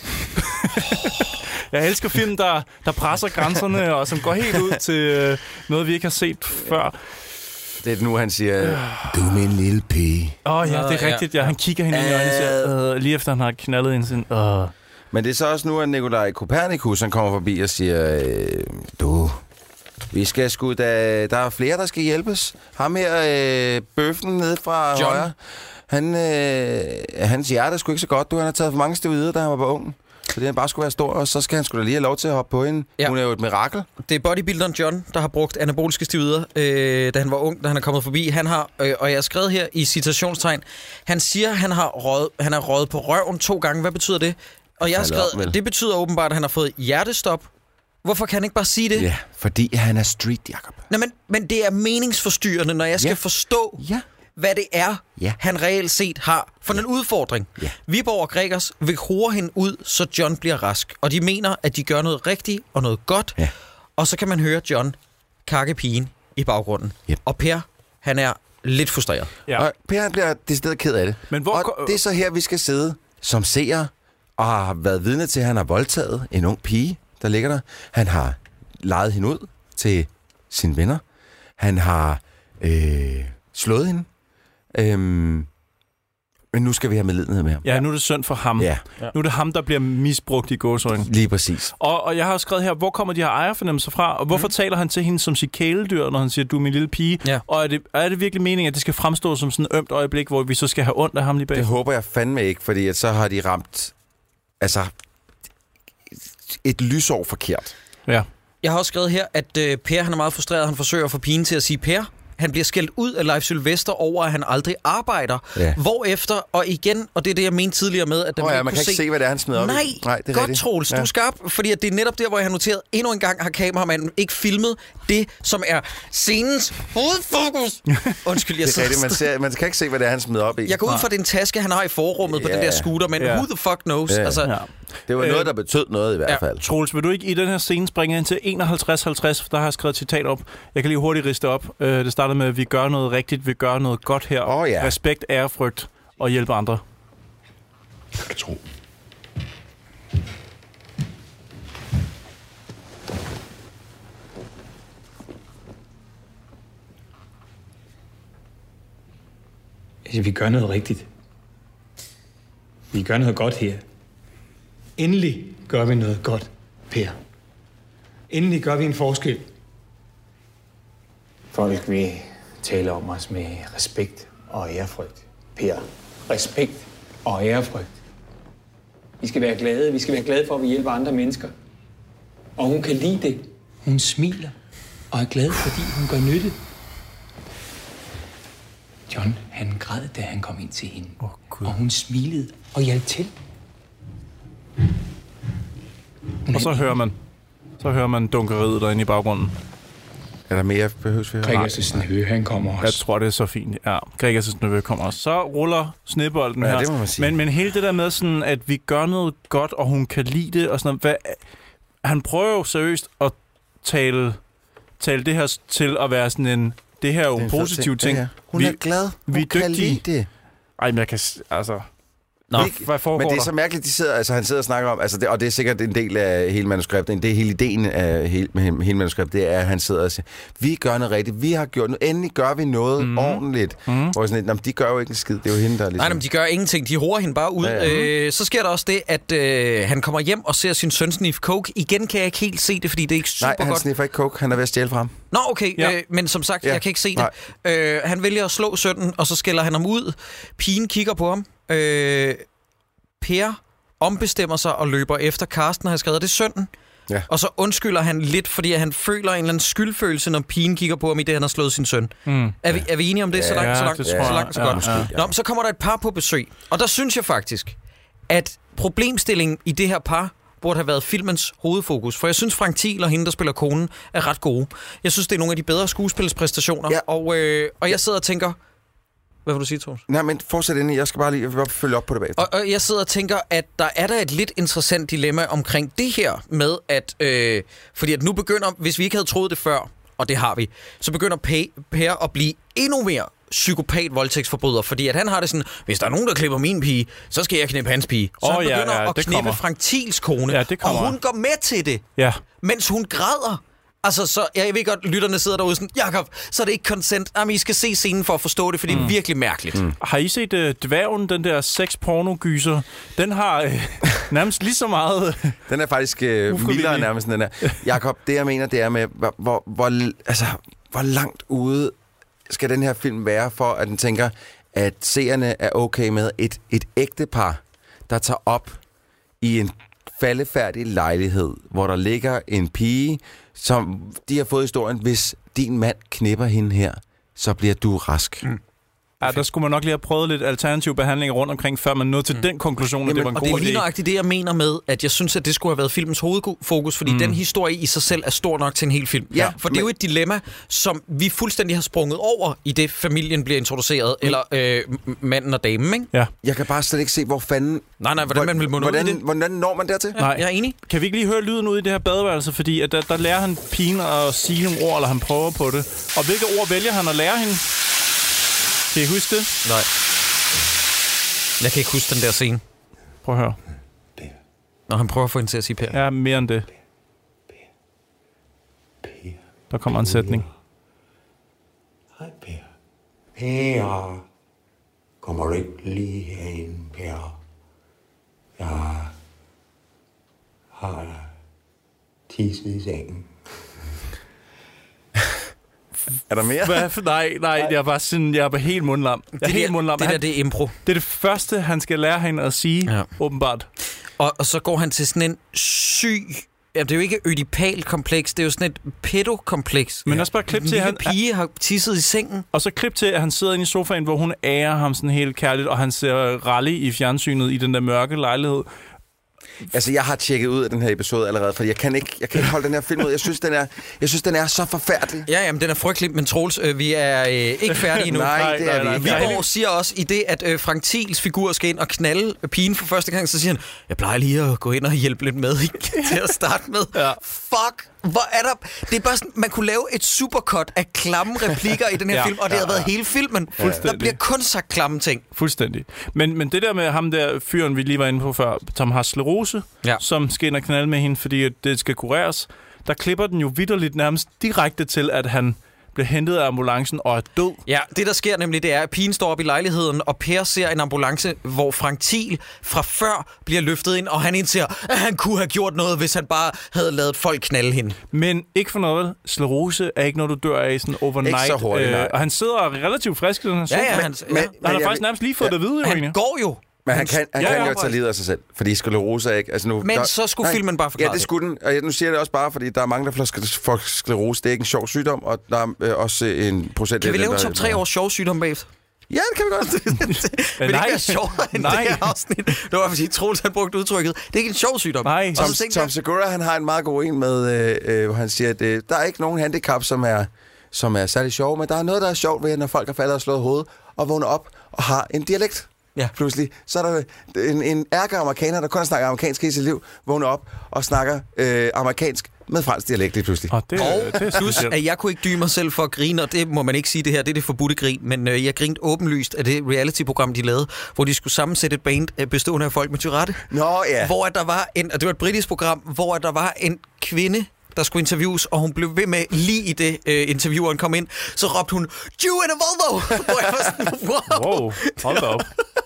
Jeg elsker film, der, der presser grænserne, og som går helt ud til øh, noget, vi ikke har set før. Det er nu, han siger, du er min lille pige. Åh oh, ja, Nå, det er ja. rigtigt. Ja. Han kigger hende ind i øjnene og siger, øh, lige efter han har knaldet ind sin... Øh. Men det er så også nu, at Nikolaj Kopernikus, han kommer forbi og siger, øh, du, vi skal sgu da, der er flere, der skal hjælpes. Ham her, øh, bøffen nede fra John. højre, han, øh, hans hjerte er sgu ikke så godt. Du, han har taget for mange steroider, da han var på ung. Så det han bare skulle være stor, og så skal han sgu da lige have lov til at hoppe på hende. Ja. Hun er jo et mirakel. Det er bodybuilderen John, der har brugt anaboliske steroider, øh, da han var ung, da han er kommet forbi. Han har, øh, og jeg har skrevet her i citationstegn, han siger, han har røget, han har røget på røven to gange. Hvad betyder det? Og jeg har Hold op, skrevet, vel. det betyder åbenbart, at han har fået hjertestop. Hvorfor kan han ikke bare sige det? Ja, fordi han er street, Jacob. Nej, men, men det er meningsforstyrrende, når jeg skal Ja. forstå, Ja. hvad det er, Ja. han reelt set har for en udfordring. Ja. Viborg og Gregers vil hore hende ud, så John bliver rask. Og de mener, at de gør noget rigtigt og noget godt. Ja. Og så kan man høre John kakke pigen i baggrunden. Yep. Og Per, han er lidt frustreret. Ja. Og Per han bliver decideret ked af det. Men hvor og ko- det er så her, vi skal sidde som seere og har været vidne til, at han har voldtaget en ung pige der ligger der. Han har lejet hende ud til sine venner. Han har øh, slået hende. Øhm, men nu skal vi have medlidenhed med ham. Ja, nu er det synd for ham. Ja. Nu er det ham, der bliver misbrugt i gåseøjne. Lige præcis. Og, og jeg har skrevet her, hvor kommer de her ejerfornemmelser fra? Og hvorfor mm. taler han til hende som sit kæledyr, når han siger, du er min lille pige? Ja. Og er det, er det virkelig meningen, at det skal fremstå som sådan et ømt øjeblik, hvor vi så skal have ondt af ham lige bag? Det håber jeg fandme ikke, fordi at så har de ramt altså et lysår forkert. Ja. Jeg har også skrevet her, at øh, Per han er meget frustreret. Han forsøger at få pigen til at sige Per. Han bliver skældt ud af Leif Sylvester over, at han aldrig arbejder. Ja. Hvorefter, og igen, og det er det, jeg mente tidligere med, at Åh oh, ja, man kan ikke se, se, hvad det er, han smider op Nej, i. Nej, det er godt, rigtigt. Troels. Ja. Du er skarp, fordi at det er netop der, hvor jeg har noteret, endnu en gang har kameramanden ikke filmet det, som er scenens hovedfokus. Undskyld, jeg det er rigtigt, man, ser, man kan ikke se, hvad det er, han smider op i. Jeg går ud fra den taske, han har i forrummet på Ja. den der scooter, men Ja. who the fuck knows? Ja. Altså, Ja. Det var Øh, noget, der betød noget i hvert ja. fald. Troels, vil du ikke i den her scene springe ind til enoghalvtreds halvtreds? Der har jeg skrevet et citat op. Jeg kan lige hurtigt riste op. Øh, det startede med, at vi gør noget rigtigt, vi gør noget godt her. Åh, ja. Respekt, ærefrygt og hjælpe andre. Jeg kan tro. Altså, vi gør noget rigtigt. Vi gør noget godt her. Endelig gør vi noget godt, Per. Endelig gør vi en forskel. Folk vil tale om os med respekt og ærefrygt. Per, respekt og ærefrygt. Vi skal være glade. Vi skal være glade for, at vi hjælper andre mennesker. Og hun kan lide det. Hun smiler og er glad, fordi hun gør nytte. John, han græd, da han kom ind til hende. Åh, Gud. Og hun smilede og hjalp til. Og så hører man, så hører man dunkeriet derinde i baggrunden. Er der mere behøves vi? Gregers' nevø, han kommer Jeg også. tror, det er så fint. Ja, Gregers' nevø kommer også. Så ruller snebolden Ja, her. det må man sige. Men, men hele det der med, sådan, at vi gør noget godt, og hun kan lide det, og sådan noget. Hvad, han prøver jo seriøst at tale, tale det her til at være sådan en... Det her er jo Det er en en fed positiv ting. ting. Ja, ja. Hun vi, er glad. Hun vi er kan dygtige. lide det. Ej, men jeg kan... s- Altså... Nå, Ikke- Hvad foregår Men det er der? så mærkeligt, de sidder, altså han sidder og snakker om, altså det, og det er sikkert en del af hele manuskriptet, det er hele ideen af hele, med hele manuskriptet, det er, at han sidder og siger, vi gør noget rigtigt, vi har gjort noget, endelig gør vi noget mm. ordentligt. Mm. Hvor sådan lidt, "Nå, men de gør jo ikke en skid, det er jo hende, der er ligesom... nej, men de gør ingenting. De horer hende bare ud. Ja, ja. Øh, så sker der også det, at øh, han kommer hjem og ser sin søn sniffe coke. Igen kan jeg ikke helt se det, fordi det er ikke super Nej, han godt. sniffer ikke coke, han er ved at stjæle fra ham. Nå, okay, Ja. ja. øh, men som sagt, Ja. jeg kan ikke se det. Øh, han vælger at slå sønnen, og så skælder han ham ud. Pigen kigger på ham. Øh, Per ombestemmer sig og løber efter Karsten, har jeg skrevet. Det er sønnen. Ja. Og så undskylder han lidt, fordi han føler en eller anden skyldfølelse, når pigen kigger på ham i det, han har slået sin søn. Mm. Er vi, er vi enige om det? Så langt, Ja, så langt, det så tror jeg. langt, så Ja, godt. ja. Nå, men så kommer der et par på besøg. Og der synes jeg faktisk, at problemstillingen i det her par burde have været filmens hovedfokus. For jeg synes, Frank Thiel og hende, der spiller konen, er ret gode. Jeg synes, det er nogle af de bedre skuespilspræstationer. Ja. Og, øh, og jeg sidder og tænker... Hvad vil du sige, Troels? Nej, men fortsæt ind, jeg skal bare lige jeg vil bare følge op på det bagefter. Og, og jeg sidder og tænker, at der er der et lidt interessant dilemma omkring det her med, at... Øh, fordi at nu begynder, hvis vi ikke havde troet det før, og det har vi, så begynder Pe- Per at blive endnu mere psykopat-voldtægtsforbryder, fordi at han har det sådan, hvis der er nogen, der klipper min pige, så skal jeg knippe hans pige. Så Åh, han ja, begynder ja, at det knippe kommer. Frank Thiels kone, Ja, det og kommer. hun går med til det, Ja. mens hun græder. Altså, så, jeg ved godt, lytterne sidder derude sådan, Jakob, så er det ikke consent. Jamen, I skal se scenen for at forstå det, for det er Mm. virkelig mærkeligt. Mm. Har I set uh, Dværgen, den der sex-porno-gyser? Den har uh, nærmest lige så meget... Den er faktisk øh, Ufrivillig. mildere nærmest, end den er. Jakob, det jeg mener, det er med, hvor, hvor, hvor, altså, hvor langt ude skal den her film være, for at den tænker, at seerne er okay med et, et ægtepar, der tager op i en faldefærdig lejlighed, hvor der ligger en pige, som de har fået historien, hvis din mand knipper hende her, så bliver du rask. Mm. Ja, der skulle man nok lige have prøvet lidt alternativ behandling rundt omkring, før man nåede til mm. den konklusion, at Jamen, det var en Og god det er lige idé. nøjagtigt det, jeg mener med, at jeg synes, at det skulle have været filmens hovedfokus, fordi mm. den historie i sig selv er stor nok til en hel film. Ja, For det er jo et dilemma, som vi fuldstændig har sprunget over, i det familien bliver introduceret, mm. eller øh, manden og damen, ikke? Ja. Jeg kan bare slet ikke se, hvor fanden... Nej, nej, hvordan man vil munde ud i hvordan, det. hvordan når man dertil? Ja, jeg er enig. Kan vi ikke lige høre lyden ud i det her badeværelse? Fordi at der, der lærer han pigen at sige nogle ord, eller han prøver på det. Og hvilke ord vælger han at lære hende? Kan I huske det? Nej. Jeg kan ikke huske den der scene, Prøv at høre. når han prøver at få hende til at sige Per. Ja, mere end det. Der kommer en sætning. Hej, Per. Per. Kommer du ikke lige herind, Per? Jeg har tisset i sengen. Er der mere? Hvad? Nej, nej, jeg var sådan, jeg var helt mundlam. Jeg er Det, helt der, mundlam. det Han, der, det er impro. det er det første, han skal lære hende at sige, Ja. ja. åbenbart. Og, og så går han til sådan en syg... Ja, det er jo ikke ødipal-kompleks, det er jo sådan et pedokompleks. Men også bare klip En til, at lille han... pige har tisset i sengen. Og så klip til, at han sidder inde i sofaen, hvor hun ærer ham sådan helt kærligt, og han ser rally i fjernsynet i den der mørke lejlighed. Altså, jeg har tjekket ud af den her episode allerede, for jeg kan ikke, jeg kan ikke holde den her film ud. Jeg synes, den er, jeg synes, den er så forfærdelig. Ja, jamen, den er frygtelig, men Troels, øh, vi er øh, ikke færdige nu. Nej, det er vi ikke. Viborg siger også, i det, at øh, Frank Thiels figur skal ind og knalde pigen for første gang, så siger han, jeg plejer lige at gå ind og hjælpe lidt med til at starte med. Ja. Fuck, hvor er der... Det er bare sådan, man kunne lave et supercut af klamme replikker i den her Ja, film, og det ja, havde været ja. hele filmen. Fuldstændig. Der bliver kun sagt klamme ting. Fuldstændig. Men, men det der med ham der fyren, vi lige var inde på før, Tom har sklerose, Ja. som skal ind og knalde med hende, fordi at det skal kureres, der klipper den jo vitterligt nærmest direkte til, at han bliver hentet af ambulancen og er død. Ja, det der sker nemlig, det er, at pigen står op i lejligheden, og Per ser en ambulance, hvor Frank Thiel fra før bliver løftet ind, og han indser, at han kunne have gjort noget, hvis han bare havde ladet folk knalde hende. Men ikke for noget. Sklerose er ikke noget, du dør af sådan overnight. Ikke så hurtigt, nej. og han sidder relativt frisk i den her sofa. Ja, ja, han, Men- ja. men- Han har jeg faktisk vil- nærmest lige fået ja. det at vide, jo han egentlig. går jo. Men han kan, han Ja, kan ja. jo tage livet af sig selv, fordi sklerose er ikke... Altså nu, Men så skulle filmen bare forklare Ja, det skulle den. Og jeg, nu siger jeg det også bare, fordi der er mange, der får sk- får sklerose. Det er ikke en sjov sygdom, og der er øh, også en procent... Kan vi af lave dem, top der- tre års sjov sygdom bagefter? Ja, det kan vi godt. Vil det ikke være sjovere end Nej. det her afsnit? Det var fordi Troels han brugte udtrykket. Det er ikke en sjov sygdom. Nej. Og Tom, så tænkte Tom jeg, Segura, han har en meget god en med, øh, øh, hvor han siger, at øh, der er ikke nogen handicap, som er, som er særlig sjov, men der er noget, der er sjovt ved, når folk har faldet og slået hovedet og vågner op og har en dialekt. Ja. Pludselig. Så er der en, en ærke-amerikaner, der kun snakker amerikansk i sit liv, vågner op og snakker øh, amerikansk med fransk dialekt lige pludselig. Og det, Og det er plus, specielt. at jeg kunne ikke dybe mig selv for at grine, og det må man ikke sige det her, det er det forbudte grin, men øh, jeg grinte åbenlyst af det reality-program, de lavede, hvor de skulle sammensætte et band øh, bestående af folk med Tourette. Nå ja. Hvor at der var en, og det var et britisk program, hvor at der var en kvinde, der skulle interviews, og hun blev ved med, lige i det øh, intervieweren kom ind, så råbte hun, Jew in a Volvo! Hvor jeg var sådan, wow! Wow, hold da op.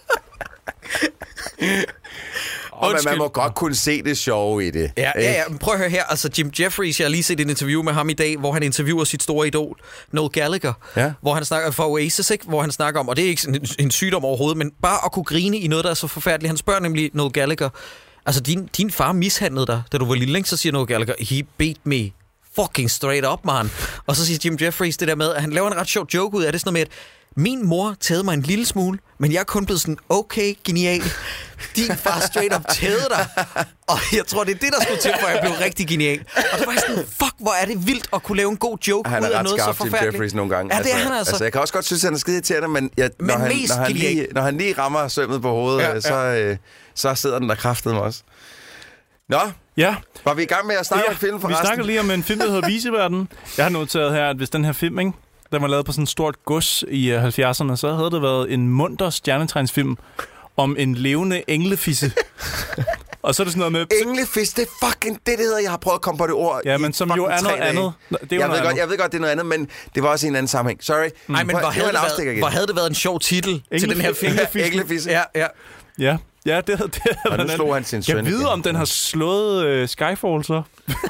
Og man, man må godt kunne se det sjove i det. Ja, ja, ja. Men prøv at høre her. Altså, Jim Jeffries, jeg har lige set et interview med ham i dag, hvor han interviewer sit store idol, Noel Gallagher. Ja. Hvor han snakker for Oasis, ikke? Hvor han snakker om, og det er ikke en, en sygdom overhovedet, men bare at kunne grine i noget, der er så forfærdeligt. Han spørger nemlig Noel Gallagher, altså din, din far mishandlede dig, da du var lille, ikke? Så siger Noel Gallagher, he beat me fucking straight up, man. Og så siger Jim Jeffries det der med, at han laver en ret sjov joke ud af det, sådan noget med, at min mor tædede mig en lille smule, men jeg er kun blevet sådan, okay, genial. Din far straight up tædede dig. Og jeg tror, det er det, der skulle til, for jeg blev rigtig genial. Og så var jeg sådan, fuck, hvor er det vildt at kunne lave en god joke Han ud er af ret noget så skarp, Jim forfærdeligt. Jeffries, nogle gange. Ja, det er han altså. altså. Jeg kan også godt synes, at han er skide irriterende, men, jeg, Men når, han, mest når, han genial. lige, når han lige rammer sømmet på hovedet, Ja, ja, ja. ja. Så, øh, så sidder den der kraftedeme også. Nå, Ja, var vi i gang med at snakke ja om film vi forresten? snakker lige om en film, der hedder Viseverden. Jeg har noteret her, at hvis den her film, ikke, den var lavet på sådan et stort gods i uh, halvfjerdserne, så havde det været en munter stjernetegnsfilm om en levende englefisse. Og så er det sådan noget med... Englefisk, det er fucking det, det hedder. Jeg har prøvet at komme på det ord. Ja, i men som fucking jo er tre noget dage. andet. Det er jo jeg, noget ved godt, andet. jeg ved godt, det er noget andet, men det var også i en anden sammenhæng. Sorry. Nej, men Prøv- hvor det havde, var det en afstikker været, igen. hvor havde det været en sjov titel til den her film? Englefisse. Ja, ja. Ja, ja, det havde det. Og nu slog han sin søn Jeg ved, igen. om den har slået øh, Skyfall så.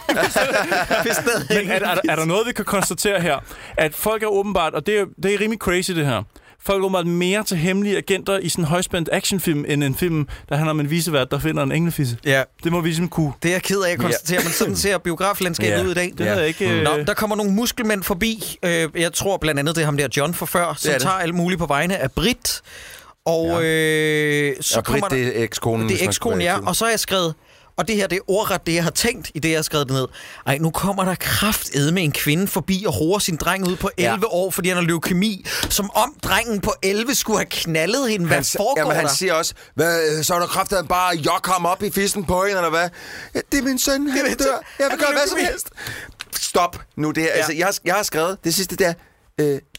Men er, er, der, er der noget, vi kan konstatere her? At folk er åbenbart, og det er, det er rimelig crazy det her, folk er åbenbart mere til hemmelige agenter i sådan en højspændt actionfilm, end en film, der handler om en visevært, der finder en englefisse. Ja. Det må vi ligesom kunne. Det er jeg ked af at konstatere, men sådan ser biograflandskabet Ja. ud i dag. Det havde jeg ikke... Øh... Nå, der kommer nogle muskelmænd forbi. Øh, Jeg tror blandt andet, det er ham der John for før, som det. tager alt muligt på vegne af Brit. Og Ja. øh, så Og kommer Britt, der... det er ekskonen. Det hvis er man skulle ekskonen, være i ja. tvivl. Og så har jeg skrevet... Og det her, det er ordret det, jeg har tænkt i det, jeg har skrevet det ned. Ej, nu kommer der kraftedme med en kvinde forbi og roer sin dreng ud på elleve Ja. år, fordi han har leukemi. Som om drengen på elleve skulle have knaldet hende. Hvad Han, foregår jamen, han der? siger også, hvad, så er der kraften bare jok ham op i fissen på hende, eller hvad? Ja, det er min søn, han min dør. søn. Jeg Han vil gøre har hvad som leukemi. helst. Stop nu det her. Ja. Altså, jeg, har, jeg har skrevet, det sidste der, øh,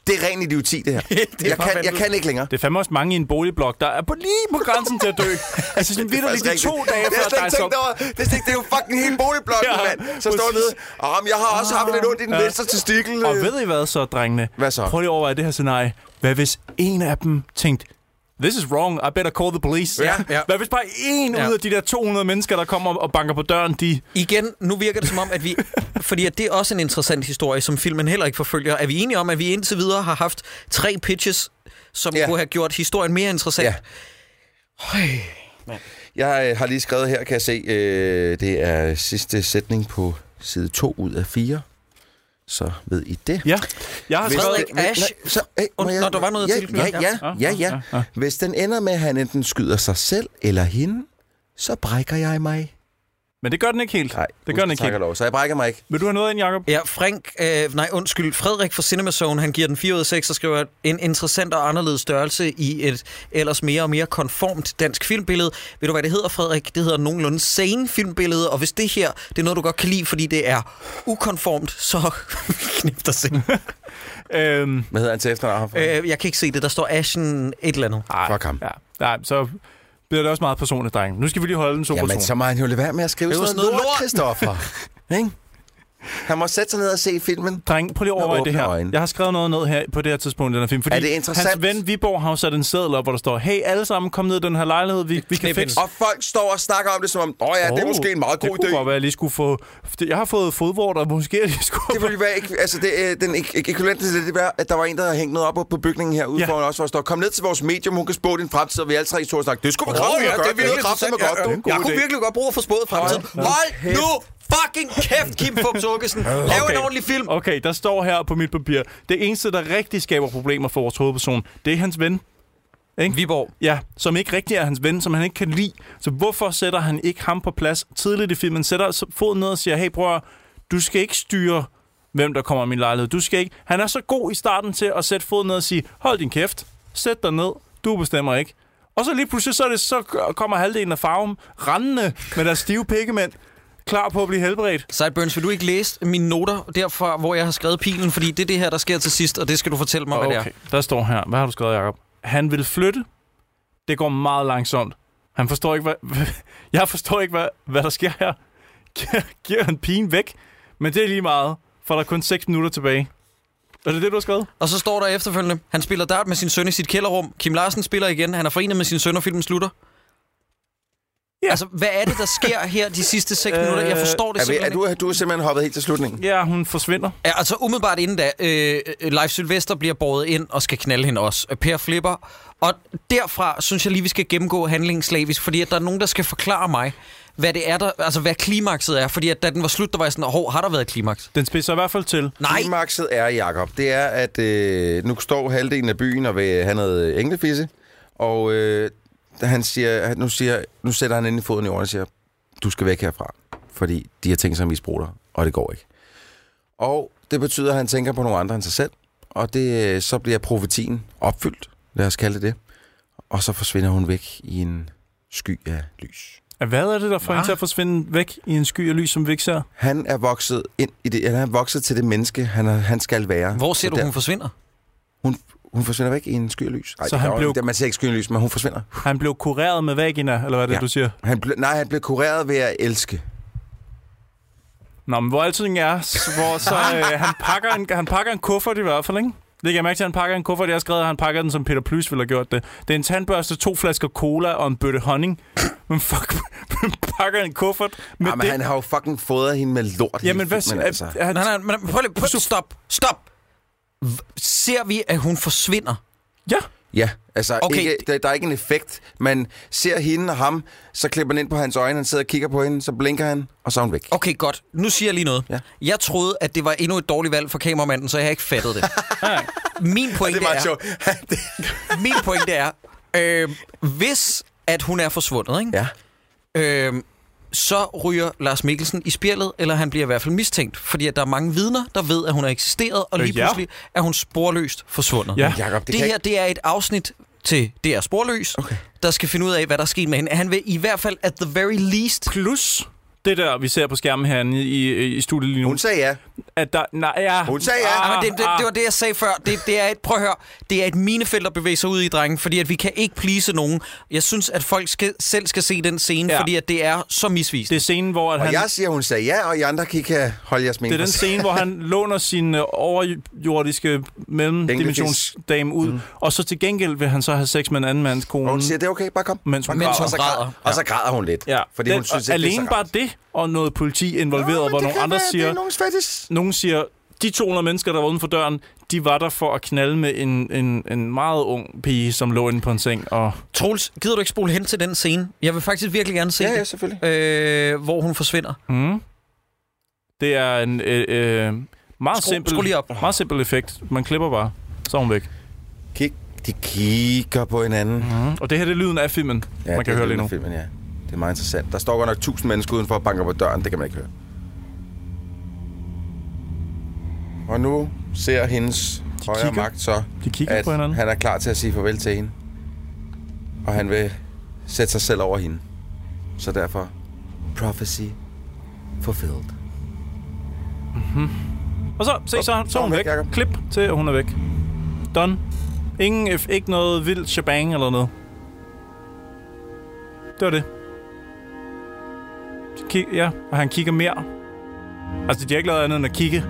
Det er ren idioti, det her. det jeg, kan, jeg kan ikke længere. Det er fandme også mange i en boligblok, der er på lige på grænsen til at dø. Altså sådan vitterligt de to dage før, der er så... Det er, det er jo fucking hele boligblokken, ja, mand. Så står nede, om jeg har også haft lidt ondt i den ja. venstre testikel. Og ved I hvad så, drengene? Hvad så? Prøv lige over i det her scenarie. Hvad hvis en af dem tænkte, this is wrong, I better call the police. Ja, ja. Hvad hvis bare en ja. ud af de der to hundrede mennesker, der kommer og banker på døren, de... Igen, nu virker det som om, at vi... fordi at det er også en interessant historie, som filmen heller ikke forfølger. Er vi enige om, at vi indtil videre har haft tre pitches, som ja. kunne have gjort historien mere interessant? Ja. Høj, mand. Jeg øh, har lige skrevet her, kan jeg se, øh, det er sidste sætning på side to ud af fire. Så ved I det. Ja, jeg har skrevet... Frederik Ash... Så, hey, jeg... Når der var noget ja, til... Ja, ja, ja, ja, ja, ja. Hvis den ender med, at han enten skyder sig selv eller hende, så brækker jeg mig. Men det gør den ikke helt. Nej, det gør den ikke helt. Lov, så jeg brækker mig ikke. Vil du have noget ind, Jacob? Ja, Frank, øh, nej undskyld, Frederik fra CinemaZone, han giver den fire ud af seks og skriver en interessant og anderledes størrelse i et ellers mere og mere konformt dansk filmbillede. Ved du hvad det hedder, Frederik? Det hedder nogenlunde sane filmbillede, og hvis det her, det er noget, du godt kan lide, fordi det er ukonformt, så knip dig selv. øhm, hvad hedder han til efternavn? Øh, jeg kan ikke se det, der står Ashen et eller andet. Ej, fuck ham. Ja, nej, så... bliver det også meget personligt, dreng. Nu skal vi lige holde den så person. Jamen, så må han jo lade være med at skrive sådan noget lort, Christoffer. Ikke? Han må sætte sig ned og se filmen. Dreng, prøv lige over i det her. Øjne. Jeg har skrevet noget ned her på det her tidspunkt i den her film. Fordi er det interessant? Hans ven Viborg har sat en seddel op, hvor der står, hey, alle sammen, kom ned i den her lejlighed, vi, vi kan fikse. Og folk står og snakker om det, som om, åh ja, oh, det er måske en meget god idé. Det kunne godt være, at jeg lige skulle få... Jeg har fået fodvorter, måske jeg lige skulle... Det ville være... Altså, det, den ekvivalente til det, det var, at der var en, der havde hængt noget op på bygningen her ude ja. foran os, hvor der står, kom ned til vores medium, hun kan spå din fremtid, og vi alle tre i to snakke. Det skulle vi kraftigt ja, gøre. Det er virkelig kraftigt godt. Jeg kunne virkelig godt bruge at få spået fremtiden. Hold nu fucking kæft, Kim Fupz Aakeson. Lav okay. en ordentlig film. Okay, der står her på mit papir. Det eneste, der rigtig skaber problemer for vores hovedperson, det er hans ven. Ikke? Viborg. Ja, som ikke rigtig er hans ven, som han ikke kan lide. Så hvorfor sætter han ikke ham på plads tidligt i filmen? Sætter foden ned og siger, hey bror, du skal ikke styre, hvem der kommer i min lejlighed. Du skal ikke. Han er så god i starten til at sætte foden ned og sige, hold din kæft, sæt dig ned, du bestemmer ikke. Og så lige pludselig, så, det, så kommer halvdelen af farven rendende med deres stive pikkemænd, klar på at blive helbredt. Sideburns, vil du ikke læse mine noter derfra, hvor jeg har skrevet pilen? Fordi det er det her, der sker til sidst, og det skal du fortælle mig, okay. hvad det er. Der står her. Hvad har du skrevet, Jacob? Han vil flytte. Det går meget langsomt. Han forstår ikke, hvad... Jeg forstår ikke, hvad, hvad der sker her. Giver han pigen væk? Men det er lige meget, for der er kun seks minutter tilbage. Er det det, du har skrevet? Og så står der efterfølgende, han spiller dart med sin søn i sit kælderrum. Kim Larsen spiller igen. Han er forenet med sin søn, og filmen slutter. Ja. Altså, hvad er det, der sker her de sidste seks øh, minutter? Jeg forstår det er simpelthen vi, er du, du er simpelthen hoppet helt til slutningen? Ja, hun forsvinder. Ja, altså umiddelbart inden da, øh, Leif Sylvester bliver båret ind og skal knalde hende også. Per flipper. Og derfra synes jeg lige, vi skal gennemgå handlingen slavisk, fordi at der er nogen, der skal forklare mig, hvad det er, der, altså hvad klimakset er. Fordi at da den var slut, der var jeg sådan, hov, har der været klimaks? Den spidser i hvert fald til. Nej. Klimakset er, Jacob, det er, at øh, nu står halvdelen af byen og vil have noget englefisse, og... Øh, han siger, nu, siger, nu sætter han ind i foden i jorden og siger, du skal væk herfra, fordi de har tænkt sig at misbruge dig, og det går ikke. Og det betyder, at han tænker på nogle andre end sig selv, og det, så bliver profetien opfyldt, lad os kalde det det, og så forsvinder hun væk i en sky af lys. Hvad er det, der får hende til at forsvinde væk i en sky af lys, som vi ikke ser? Han er vokset ind i det, han er vokset til det menneske, han, er, han skal være. Hvor ser du, der, hun forsvinder? Hun Hun forsvinder væk i en sky af lys. Ej, så han blev... Der, man ser ikke sky af lys, men hun forsvinder. Han blev kureret med vagina, eller hvad er det, ja. du siger? Han ble... Nej, han blev kureret ved at elske. Nå, men hvor alting er, hvor så øh, han, pakker en, han pakker en kuffert i hvert fald, ikke? Det kan jeg mærke til, at han pakker en kuffert. Jeg har skrevet, at han pakker den, som Peter Plys ville have gjort det. Det er en tandbørste, to flasker cola og en bøtte honning. Men fuck, han pakker en kuffert med ja, men det. han har jo fucking fodret hende med lort. Jamen, hvad siger altså. han? Nej, nej, men prøv lige, prøv, stop, stop. Ser vi, at hun forsvinder? Ja. Ja, altså okay. ikke, der, der er ikke en effekt. Man ser hende og ham, så klipper han ind på hans øjne, han sidder og kigger på hende, så blinker han, og så er hun væk. Okay, godt. Nu siger jeg lige noget. Ja. Jeg troede, at det var endnu et dårligt valg for kameramanden, så jeg har ikke fattet det. Min pointe det er... min pointe er, øh, hvis at hun er forsvundet, ikke? Ja. Øh, så ryger Lars Mikkelsen i spjældet, eller han bliver i hvert fald mistænkt, fordi at der er mange vidner, der ved, at hun har eksisteret, og lige øh, ja. pludselig er hun sporløst forsvundet. Ja. Jacob, det det her, det er et afsnit til Det er sporløs, okay. der skal finde ud af, hvad der er sket med hende. Han vil i hvert fald, at the very least... Plus det der, vi ser på skærmen herinde i, i studiet lige nu. Hun sagde ja. at der... Nej, ja. Hun sagde ja. Ah, men det, det, det var det, jeg sagde før. Det, det er et, prøv at høre, det er et minefelt at bevæge sig ud i, drengen, fordi at vi kan ikke please nogen. Jeg synes, at folk skal, selv skal se den scene, ja. fordi at det er så misvisende. Det er scenen, hvor at og han... jeg siger, hun sagde ja, og I andre kan kan holde jeres mening. Det er den scene, hvor han låner sin øh, overjordiske mellemdimensionsdame ud, mm. og så til gengæld vil han så have sex med en anden mands kone. Og hun siger, det er okay, bare kom. Mens hun, mens græder. hun og, så græder. græder. og så græder hun lidt, Ja. fordi Den, hun synes, at alene det er så bare det, og noget politi involveret, Nå, hvor nogle andre være, siger... Det er nogen siger, de to hundrede mennesker, der var uden for døren, de var der for at knalde med en, en, en meget ung pige, som lå inde på en seng. Og... Troels, gider du ikke spole hen til den scene? Jeg vil faktisk virkelig gerne se ja, det. Ja, selvfølgelig. Øh, hvor hun forsvinder. Mm. Det er en øh, øh, meget, Skru, simpel, skru lige op. meget simpel effekt. Man klipper bare, så er hun væk. Kig, de kigger på hinanden. Mm. Og det her det er lyden af filmen, Ja, man kan det høre lige nu. Filmen, ja. Det er meget interessant. Der står godt nok tusind mennesker udenfor og banker på døren. Det kan man ikke høre. Og nu ser hendes højre kigger. magt så, De kigger at på hinanden. han er klar til at sige farvel til hende. Og han vil sætte sig selv over hende. Så derfor, prophecy fulfilled. Mm-hmm. Og så, se, så, så er hun væk. Jacob. Klip til, at hun er væk. Done. Ingen, ikke noget vildt shabang eller noget. Det var det. Kig, ja, og han kigger mere. Altså, de har ikke lavet andet end at kigge.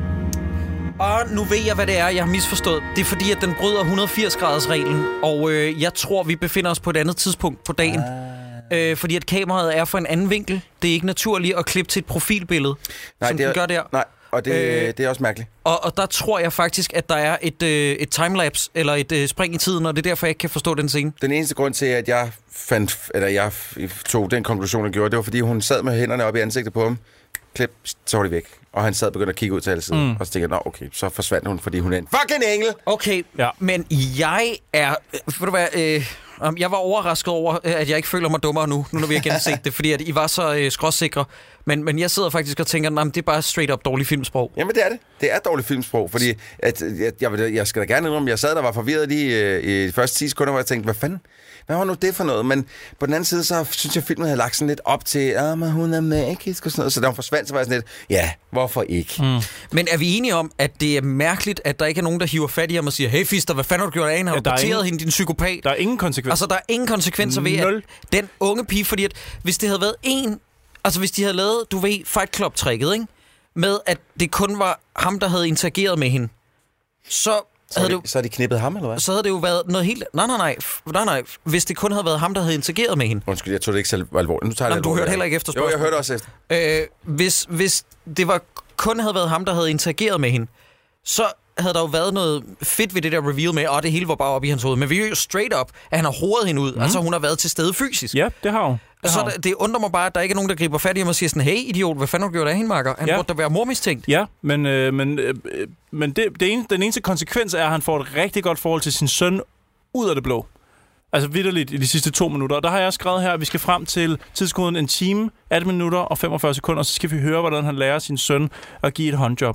Og nu ved jeg, hvad det er, jeg har misforstået. Det er fordi, at den bryder et hundrede og firs graders reglen, og øh, jeg tror, vi befinder os på et andet tidspunkt på dagen. Ah. Øh, fordi at kameraet er for en anden vinkel. Det er ikke naturligt at klippe til et profilbillede, Nej, som det er, den gør der. Nej, og det, øh, det er også mærkeligt. Og, og der tror jeg faktisk, at der er et, øh, et timelapse, eller et øh, spring i tiden, og det er derfor, jeg ikke kan forstå den scene. Den eneste grund til, at jeg fandt, eller jeg tog den konklusion, jeg gjorde, det var, fordi hun sad med hænderne op i ansigtet på ham. Klip, så var de væk. Og han sad og begyndte at kigge ud til alle sider. Mm. Og så tænkte jeg, nå okay, så forsvandt hun, fordi hun er en fucking engel. Okay, ja. Men jeg er... Ved du hvad... Øh, jeg var overrasket over, at jeg ikke føler mig dummere nu, nu når vi har genset det, fordi at I var så øh, skråsikre. Men, men jeg sidder faktisk og tænker, at det er bare straight up dårlig filmsprog. Jamen det er det. Det er dårligt filmsprog, fordi at, jeg, jeg, jeg skal da gerne indrømme, jeg sad der var forvirret lige øh, i de første ti sekunder, hvor jeg tænkte, hvad fanden? Hvad var nu det for noget? Men på den anden side, så synes jeg, filmen havde lagt sådan lidt op til, at hun er magisk og sådan noget. Så da hun forsvandt, så var jeg sådan lidt, ja, hvorfor ikke? Mm. Men er vi enige om, at det er mærkeligt, at der ikke er nogen, der hiver fat i ham og siger, hey Fister, hvad fanden har du gjort af hende? Har du parteret hende, din psykopat? Der er ingen konsekvenser. Altså, der er ingen konsekvenser ved, at den unge pige, fordi at hvis det havde været en... Altså, hvis de havde lavet, du ved, Fight Club-tricket, ikke? Med, at det kun var ham, der havde interageret med hende, så... Så, havde de, det, så har de knippet ham, eller hvad? Så havde det jo været noget helt... Nej, nej, nej. nej, nej. Hvis det kun havde været ham, der havde interageret med hende. Undskyld, jeg tog det ikke selv alvorligt. Nu tager jeg nej, du hørte heller ikke efter spørgsmålet. Jo, jeg hørte også efter. Øh, hvis, hvis det var kun havde været ham, der havde interageret med hende, så havde der jo været noget fedt ved det der reveal med, og det hele var bare op i hans hoved. Men vi er jo straight up, at han har hovedet hende ud. Mm. Altså, hun har været til stede fysisk. Ja, det har hun. Det, så det, det undrer mig bare, at der ikke er nogen, der griber fat i ham og siger sådan, hey idiot, hvad fanden har du gjort af hende, makker? Han ja. burde da være mormistænkt. Ja, men, øh, men, øh, men det, det ene, den eneste konsekvens er, at han får et rigtig godt forhold til sin søn ud af det blå. Altså vitterligt i de sidste to minutter. Og der har jeg skrevet her, at vi skal frem til tidskoden en time, atten minutter og femogfyrre sekunder, så skal vi høre, hvordan han lærer sin søn at give et håndjob.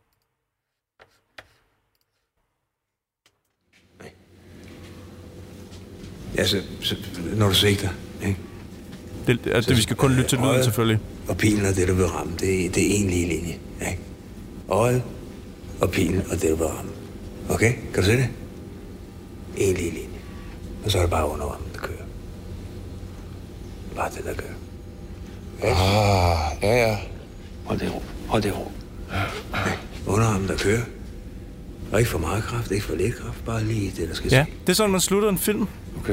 Ja, så, så når du sigter, ikke? Det, det, altså, vi skal kun lytte til lyden, selvfølgelig. Og pilen og det, du vil ramme, det, det er en lige linje, ikke? Øjet og pilen og det, du vil ramme. Okay? Kan du se det? En lige linje. Og så er det bare underarmen, der kører. Bare det, der kører. Okay? Ah, ja, ja. Hold det ro. Hold det ro. Okay. Underarmen, der kører. Og ikke for meget kraft, ikke for lidt kraft. Bare lige det, der skal ja, ske. Det er sådan, man slutter en film. Okay.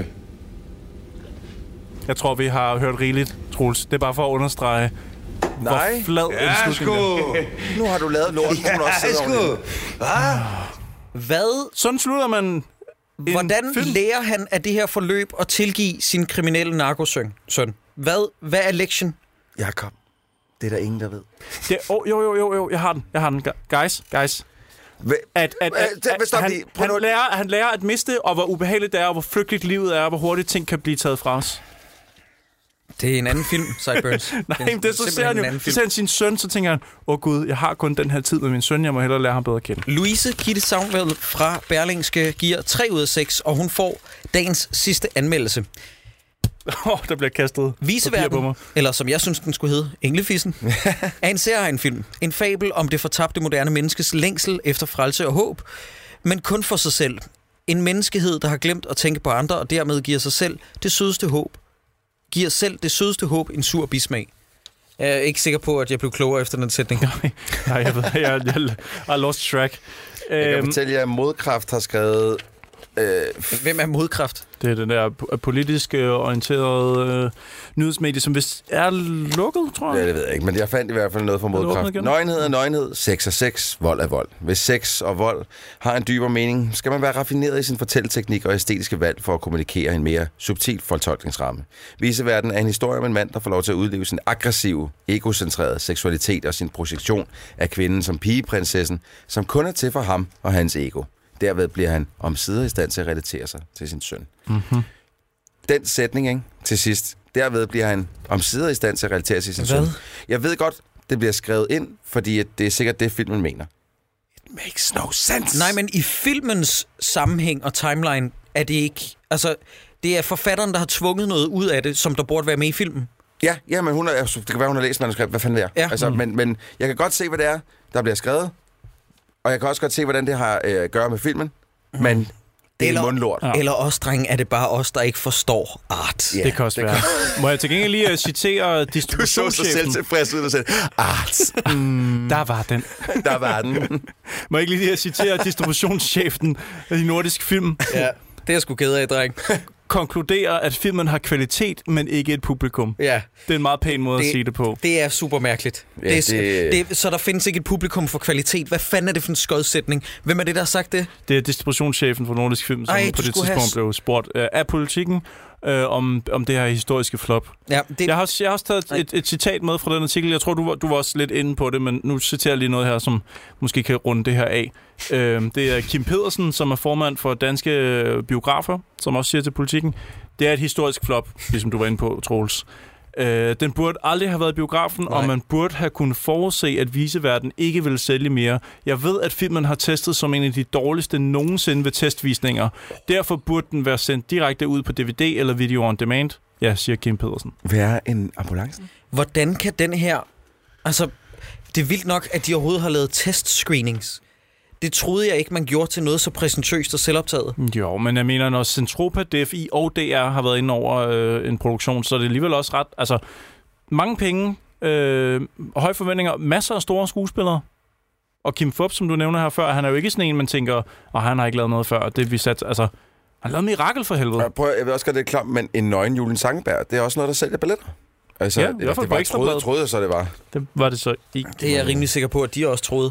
Jeg tror, vi har hørt rigeligt, Troels. Det er bare for at understrege, nej. Hvor flad ja, en slutning er. Nu har du lavet lort. Ja, sgu. Ah. Hvad? Sådan slutter man. Hvordan film? lærer han af det her forløb at tilgive sin kriminelle narkosøn? Søn? Hvad, hvad er lektion? Jakob, det er der ingen, der ved. Det, oh, jo, jo, jo, jo, jeg har den. Jeg har den. Guys, guys. Hva? At, at, at, at, at han, han, lærer, han lærer at miste, og hvor ubehageligt det er, og hvor frygteligt livet er, og hvor hurtigt ting kan blive taget fra os. Det er en anden film, Sideburns. Nej, det, det så ser han jo. Så ser han sin søn, så tænker han, åh oh, gud, jeg har kun den her tid med min søn, jeg må hellere lære ham bedre at kende. Louise Kitte Saunveld fra Berlingske giver tre ud af seks, og hun får dagens sidste anmeldelse. oh, der bliver kastet papir på mig. Eller som jeg synes, den skulle hedde, Englefissen, er en særegen-film. En fabel om det fortabte moderne menneskes længsel efter frelse og håb, men kun for sig selv. En menneskehed, der har glemt at tænke på andre, og dermed giver sig selv det sødeste håb. Giver selv det sødeste håb en sur bismag. Jeg er ikke sikker på, at jeg blev klogere efter den sætning. Nej, jeg ved, jeg, jeg, jeg lost track. Jeg kan fortælle jer, at Modkraft har skrevet... Øh, Hvem er Modkraft? Det er den der politisk orienterede øh, nyhedsmedie, som vist er lukket, tror jeg. Ja, det ved jeg ikke, men jeg fandt i hvert fald noget fra Modkraft. Nøgenhed er nøgenhed, sex er sex, vold er vold. Hvis sex og vold har en dybere mening, skal man være raffineret i sin fortælleteknik og æstetiske valg for at kommunikere en mere subtil fortolkningsramme. Viseverden er en historie om en mand, der får lov til at udleve sin aggressive, egocentrerede seksualitet og sin projektion af kvinden som pigeprinsessen, som kun er til for ham og hans ego. Derved bliver han omsider i stand til at relatere sig til sin søn. Mm-hmm. Den sætning, ikke, til sidst, derved bliver han omsider i stand til at relatere sig til sin Hvad? søn. Jeg ved godt, det bliver skrevet ind, fordi at det er sikkert det, filmen mener. It makes no sense. Nej, men i filmens sammenhæng og timeline er det ikke... Altså, det er forfatteren, der har tvunget noget ud af det, som der burde være med i filmen. Ja, ja, men hun er, det kan være, hun har læst manuskript. Hvad fanden det er? Ja. Altså, Mm. men, men jeg kan godt se, hvad det er, der bliver skrevet. Og jeg kan også godt se, hvordan det har øh, at gøre med filmen. Men det er Eller- mundlort. Ja. Eller os, drenge, er det bare os, der ikke forstår art. Ja, Det kan også det være. Må jeg til gengæld lige uh, citere Du så så distributionschefen? selv tilfreds ud og sagde, art, Mm, der var den. der var den. Må jeg ikke lige citere distributionschefen i Nordisk Film? Ja, det er jeg sgu ked af, dreng. Konkluderer, at filmen har kvalitet, men ikke et publikum. Ja, Det er en meget pæn måde Det- at sige det på. det er super mærkeligt. Ja, det er, det- det... Det, så der findes ikke et publikum for kvalitet. Hvad fanden er det for en skodsætning? Hvem er det, der har sagt det? Det er distributionschefen for Nordisk Film, som Ej, Ej, du på det skulle tidspunkt have- blev spurgt øh, af Politikken øh, om, om det her historiske flop. Ja, det, Jeg har, også- jeg har også taget et, et citat med fra den artikel. Jeg tror, du var, du var også lidt inde på det, men nu citerer jeg lige noget her, som måske kan runde det her af. Øh, det er Kim Pedersen, som er formand for Danske øh, Biografer, som også siger til Politikken, det er et historisk flop, ligesom du var inde på, Troels. Øh, den burde aldrig have været i biografen, Nej. og man burde have kunnet forudse, at Viseverden ikke ville sælge mere. Jeg ved, at filmen har testet som en af de dårligste nogensinde ved testvisninger. Derfor burde den være sendt direkte ud på D V D eller video on demand. Ja, siger Kim Pedersen. Hvad er en ambulance? hvordan kan den her... Altså, det er vildt nok, at de overhovedet har lavet testscreenings. Det troede jeg ikke, man gjorde til noget så præsentøst og selvoptaget. Jo, men jeg mener, når Centropa, D F I og D R har været inde over øh, en produktion, så er det alligevel også ret... Altså, mange penge, øh, høje forventninger, masser af store skuespillere. Og Kim Fupz, som du nævner her før, han er jo ikke sådan en, man tænker, og han har ikke lavet noget før. Det vi sat, altså, han har lavet mirakel for helvede. Ja, prøv, jeg vil også godt det klart, men en nøgen Julen Sangenberg, det er også noget, der sælger billetter. Altså, Ja, i hvert fald det på var, Ekstra troede, Bladet. troede jeg så, det var. Det var det så ikke. Det er jeg rimelig sikker på, at de også troede.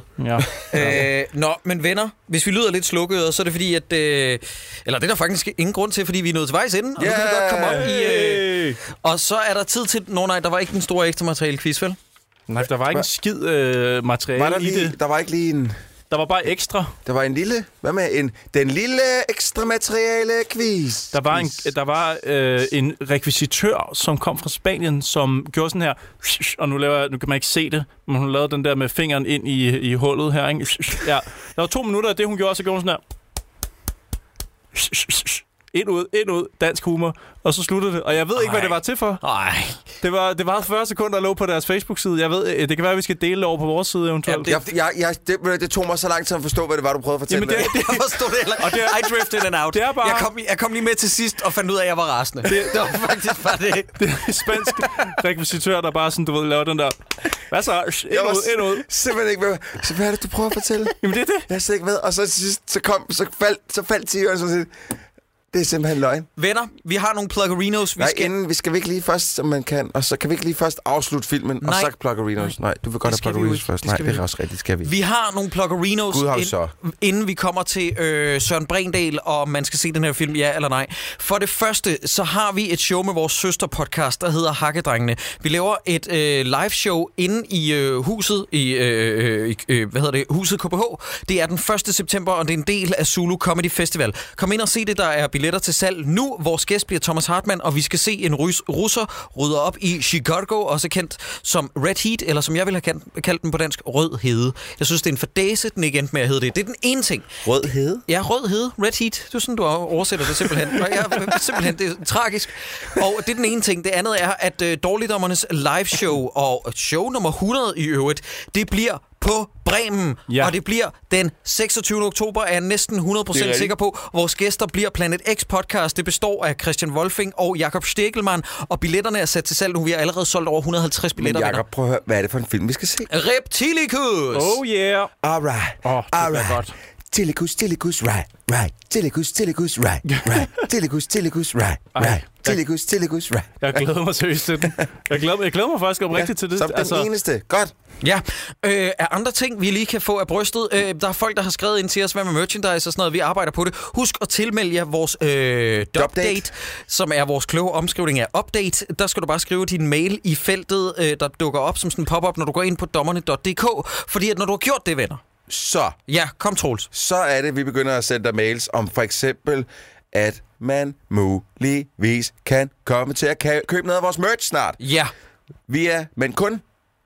Ja. Øh, nå, men venner, hvis vi lyder lidt slukket, så er det fordi, at... Øh, eller det er der faktisk ingen grund til, fordi vi er nået til vejs ende, og nu kan vi godt komme op i... Øh, og så er der tid til... Nå nej, der var ikke den store ekstra materiale quiz, vel? Nej, der var ikke en skid øh, materiale Var der, i lige, det. der var ikke lige en... Der var bare ekstra. Der var en lille... Hvad med en... Den lille ekstra materiale quiz. Der var en, der var øh, en rekvisitør, som kom fra Spanien, som gjorde sådan her, og nu, laver, jeg- nu kan man ikke se det, men hun lavede den der med fingeren ind i, i hullet her, ikke? Ja. Der var to minutter af det, hun gjorde, så gjorde hun sådan her. Ind ud, ind ud, dansk humor, og så sluttede det. Og jeg ved ikke, hvad det var til for. Nej. Det var, det var fyrre sekunder, der lå på deres Facebook-side. Jeg ved, øh, det kan være, at vi skal dele det over på vores side eventuelt. Ja, Jeg, jeg, jeg, det, det tog mig så lang tid at forstå, hvad det var, du prøvede at fortælle. Jamen, det, det, Jeg forstod det heller. Og det er- I drifted in and out. Det er bare- jeg, kom, jeg kom lige med til sidst og fandt ud af, at jeg var rasende. Det, det var faktisk bare det. det er en spansk rekvisitør, der bare sådan, du ved, laver den der. Hvad så? Ind Jeg var ud, ind ud. simpelthen ikke med. Så hvad er det, du prøver at fortælle? Jamen, det er det. Jeg er slet ikke med. Og så til sidst, så kom, så faldt, så faldt tigeren, så siger, det er simpelthen løgn. Venner, vi har nogle pluggerinos. Vi Nej, skal... inden, vi skal vi ikke lige først, som man kan, og så kan vi ikke lige først afslutte filmen, Nej. og så pluggerinos. Nej, du vil godt Det skal have vi jo pluggerinos ikke. først. Det Nej, skal det vi er også rigtigt, skal vi. Vi har nogle pluggerinos, Gud har vi ind, så. inden vi kommer til øh, Søren Brindal, og om man skal se den her film, ja eller nej. For det første, så har vi et show med vores søsterpodcast, der hedder Hakkedrengene. Vi laver et øh, live show inde i øh, huset, i øh, øh, øh, hvad hedder det, huset K B H. Det er den første september, og det er en del af Zulu Comedy Festival. Kom ind og se det, der er billetter billetter til salg nu. Vores gæst bliver Thomas Hartmann, og vi skal se en rus- russer rydde op i Chicago, også kendt som Red Heat, eller som jeg vil have kaldt, kaldt den på dansk, Rød Hede. Jeg synes, det er en fordæse, den ikke endte med at hedde det. Det er den ene ting. Rød Hede? Ja, Rød Hede. Red Heat. Det er sådan, du oversætter det simpelthen. Og ja, simpelthen, det er tragisk. Og det er den ene ting. Det andet er, at uh, Dårligdommernes live show, og show nummer hundrede i øvrigt, det bliver på Bremen, ja. Og det bliver den seksogtyvende oktober, er jeg næsten hundrede procent sikker på. Vores gæster bliver Planet X podcast. Det består af Christian Wolfing og Jakob Stegelmann, og billetterne er sat til salg nu. Vi har allerede solgt over et hundrede og halvtreds billetter. Men Jakob, prøv at høre, hvad er det for en film, vi skal se? Reptilicus! Oh yeah! Alright, oh, det alright. godt. Tillicus, Tillicus, right, right. Tillicus, Tillicus, right, right. Tillicus, Tillicus, right, right. Tillicus, Tillicus, right. Jeg glæder mig seriøst til den. Jeg glæder, jeg glæder mig faktisk oprigtigt ja, til det. Som den altså... eneste. Godt. Ja, øh, er andre ting, vi lige kan få af brystet. Øh, der er folk, der har skrevet ind til os, hvad med merchandise og sådan noget. Vi arbejder på det. Husk at tilmelde jer vores øh, update, som er vores kloge omskrivning af update. Der skal du bare skrive din mail i feltet, øh, der dukker op som sådan en pop-up, når du går ind på dommerne punktum d k. Fordi at når du har gjort det, venner, så, ja, kom Troels. Så er det, vi begynder at sende dig mails om for eksempel, at man muligvis kan komme til at købe noget af vores merch snart. Ja. Via, men kun,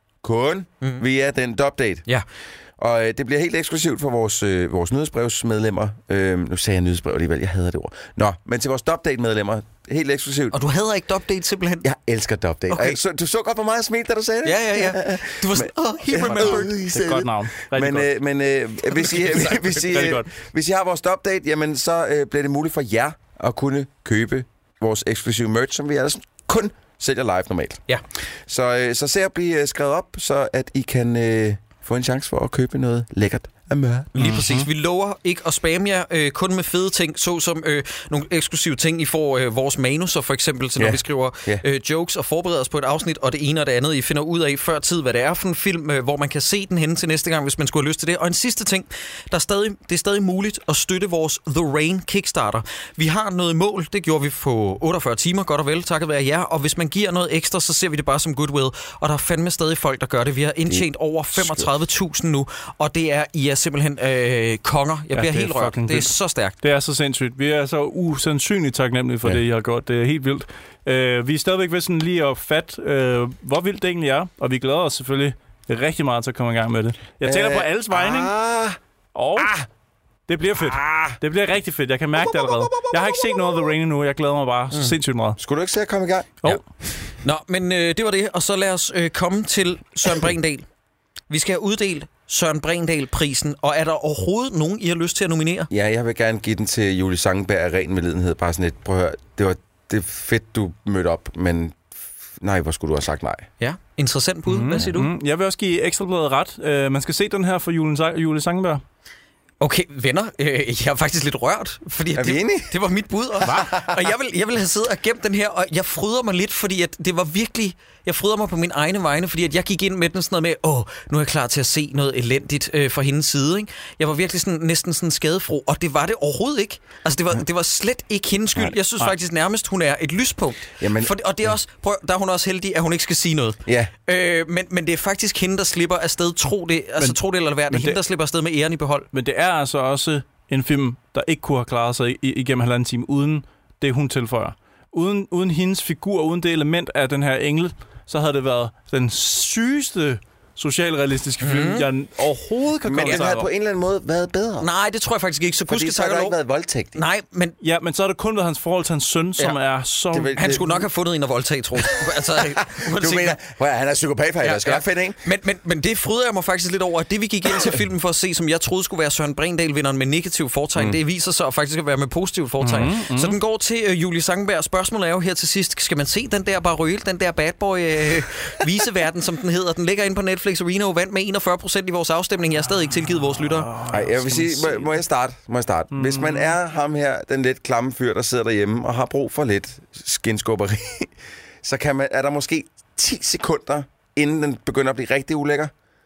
kun mm. via den update. Ja. Og øh, det bliver helt eksklusivt for vores, øh, vores nyhedsbrevsmedlemmer. Øh, nu sagde jeg nyhedsbrev alligevel, jeg hader det ord. Nå, men til vores update-medlemmer, helt eksklusivt. Og du hader ikke update simpelthen? Jeg elsker update. Okay. Så, du så godt, hvor meget jeg smilte, da du sagde det? Ja, ja, ja. Du var sådan, åh, he remembered. Det er et godt navn. Men, øh, men øh, hvis, I, hvis, I, øh, hvis I har vores update, jamen, så øh, bliver det muligt for jer at kunne købe vores eksklusive merch, som vi ellers kun sælger live normalt. Ja. Så, øh, så se at blive skrevet op, så at I kan øh, få en chance for at købe noget lækkert. Lige præcis. Vi lover ikke at spamme jer øh, kun med fede ting, såsom øh, nogle eksklusive ting. I får øh, vores manuser for eksempel, til når yeah. vi skriver yeah. øh, jokes og forbereder os på et afsnit, og det ene og det andet. I finder ud af før tid, hvad det er for en film, øh, hvor man kan se den henne til næste gang, hvis man skulle have lyst til det. Og en sidste ting, der er stadig, det er stadig muligt at støtte vores The Rain Kickstarter. Vi har noget mål, det gjorde vi på otteogfyrre timer, godt og vel, takket være jer. Og hvis man giver noget ekstra, så ser vi det bare som goodwill. Og der er fandme stadig folk, der gør det. Vi har indtjent over femogtredive tusind nu, og det er, I er simpelthen øh, konger. Jeg ja, bliver helt rørt. Det er vildt. Så stærkt. Det er så sindssygt. Vi er så usandsynligt taknemmelige for ja. det, I har gjort. Det er helt vildt. Uh, vi er stadigvæk ved sådan lige at fatte, uh, hvor vildt det egentlig er, og vi glæder os selvfølgelig rigtig meget til at komme i gang med det. Jeg tænker uh, på alles vejning, ah, og ah, det bliver fedt. Ah, det bliver rigtig fedt. Jeg kan mærke det allerede. Jeg har ikke set noget af The Rain endnu. Jeg glæder mig bare så mm. sindssygt meget. Skulle du ikke se at komme i gang? Oh. Ja. Nå, men øh, det var det. Og så lad os øh, komme til Søren Bregendal. Vi skal have uddelt Søren Bregendal-prisen, og er der overhovedet nogen, I har lyst til at nominere? Ja, jeg vil gerne give den til Julie Sangenberg af ren medlidenhed. Bare sådan et, prøv at høre, det var det er fedt, du mødte op, men nej, hvor skulle du have sagt nej? Ja, interessant bud. Mm. Hvad siger du? Mm. Jeg vil også give Ekstrabladet ret. Uh, man skal se den her for Julie, Julie Sangenberg. Okay, venner, øh, jeg er faktisk lidt rørt, fordi er vi det, enige? det var mit bud. Og, og jeg, vil, jeg vil have siddet og gemt den her, og jeg fryder mig lidt, fordi at det var virkelig... Jeg fryder mig på min egne vegne, fordi at jeg gik ind med den sådan noget med, åh, nu er jeg klar til at se noget elendigt øh, fra hendes side. Ikke? Jeg var virkelig sådan, næsten sådan skadefro, og det var det overhovedet ikke. Altså, det var, det var slet ikke hendes skyld. Jeg synes faktisk nærmest, hun er et lyspunkt. Jamen, for, og det er også, prøv, der er hun også heldig, at hun ikke skal sige noget. Ja. Øh, men, men det er faktisk hende, der slipper afsted, tro det, altså men, tro det eller hvad, det er hende, der slipper afsted med æren i behold. Men det er altså også en film, der ikke kunne have klaret sig igennem halvanden time, uden det, hun tilføjer. Uden, uden hendes figur, uden det element af den her engel, så havde det været den sygeste socialrealistiske film, mm. jeg overhovedet kan komme Men den havde på en eller anden måde været bedre. Nej, det tror jeg faktisk ikke. Så Fordi så har der ikke været voldtægt. Nej, men... Ja, men så har det kun været hans forhold til hans søn, som ja. er så... Det, det, han skulle nok have fundet en at voldtage, tror jeg. altså, du mener, prøv, han er psykopat, ja, jeg skal ja. nok finde en. Men, men, men det fryder jeg mig faktisk lidt over, at det vi gik ind til filmen for at se, som jeg troede skulle være Søren Bregendal-vinderen med negativ fortegn, mm. det viser sig faktisk at være med positiv fortegn. Mm, mm. Så den går til uh, Julie Sangenberg. Spørgsmålet er jo her til sidst, skal man se den der Baruel, den der bad boy uh, viseverden, som den hedder? Den ligger inde på Netflix, og Reno vandt med enogfyrre procent i vores afstemning. Jeg har stadig ikke tilgivet vores lyttere. Nej, jeg vil sige, må, må jeg starte? Må jeg starte? Mm. Hvis man er ham her, den lidt klamme fyr, der sidder derhjemme og har brug for lidt skinskåberi, så kan man, er der måske ti sekunder, inden den begynder at blive rigtig ulækker,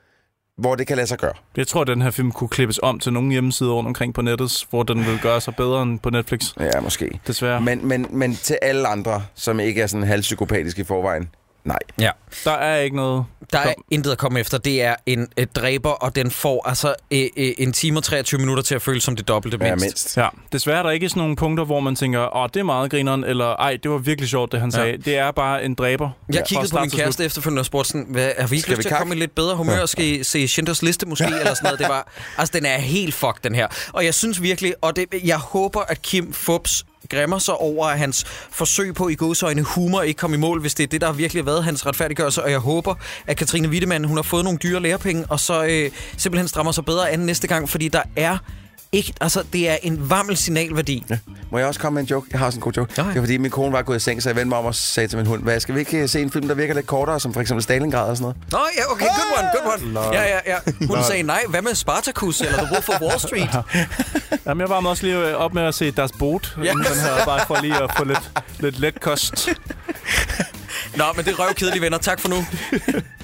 hvor det kan lade sig gøre. Jeg tror, at den her film kunne klippes om til nogle hjemmesider rundt omkring på nettet, hvor den vil gøre sig bedre end på Netflix. Ja, måske. Desværre. Men, men, men til alle andre, som ikke er sådan halvpsykopatiske i forvejen, Nej. Ja. Der er ikke noget... Der er intet at komme efter. Det er en et dræber, og den får altså øh, øh, en time og treogtyve minutter til at føle som det dobbelte mindst. Ja, mindst. Ja, desværre er der ikke sådan nogle punkter, hvor man tænker, åh, det er meget grineren, eller ej, det var virkelig sjovt, det han sagde. Ja. Det er bare en dræber. Jeg kiggede på min kæreste efterfølgende og spurgte sådan, hvad, har vi ikke lyst til at komme i lidt bedre humør og skal se Schindlers Liste måske, ja. eller sådan noget. Det var, altså, den er helt fucked, den her. Og jeg synes virkelig, og det, jeg håber, at Kim Fupz græmmer sig over, at hans forsøg på i gåseøjne humor ikke kom i mål, hvis det er det, der har virkelig været hans retfærdiggørelse. Og jeg håber, at Katrine Wiedemann, hun har fået nogle dyre lærepenge, og så øh, simpelthen strammer sig bedre an næste gang, fordi der er ikke, altså, det er en varmel signalværdi. Ja. Må jeg også komme med en joke? Jeg har også en god joke. Ja. Det er fordi, min kone var gået i seng, så jeg vendte mig om og sagde til min hund, hvad, skal vi ikke se en film, der virker lidt kortere, som for eksempel Stalingrad og sådan noget? Nå, ja, okay, good one, good one. Lord. Ja, ja, ja. Hun Lord. sagde nej. Hvad med Spartacus eller The Wolf of Wall Street? Jamen, jeg varmede også lige op med at se Das Boot, ja. den her, bare for lige at få lidt, lidt let kost. Nå, men det er røvkedelige venner. Tak for nu.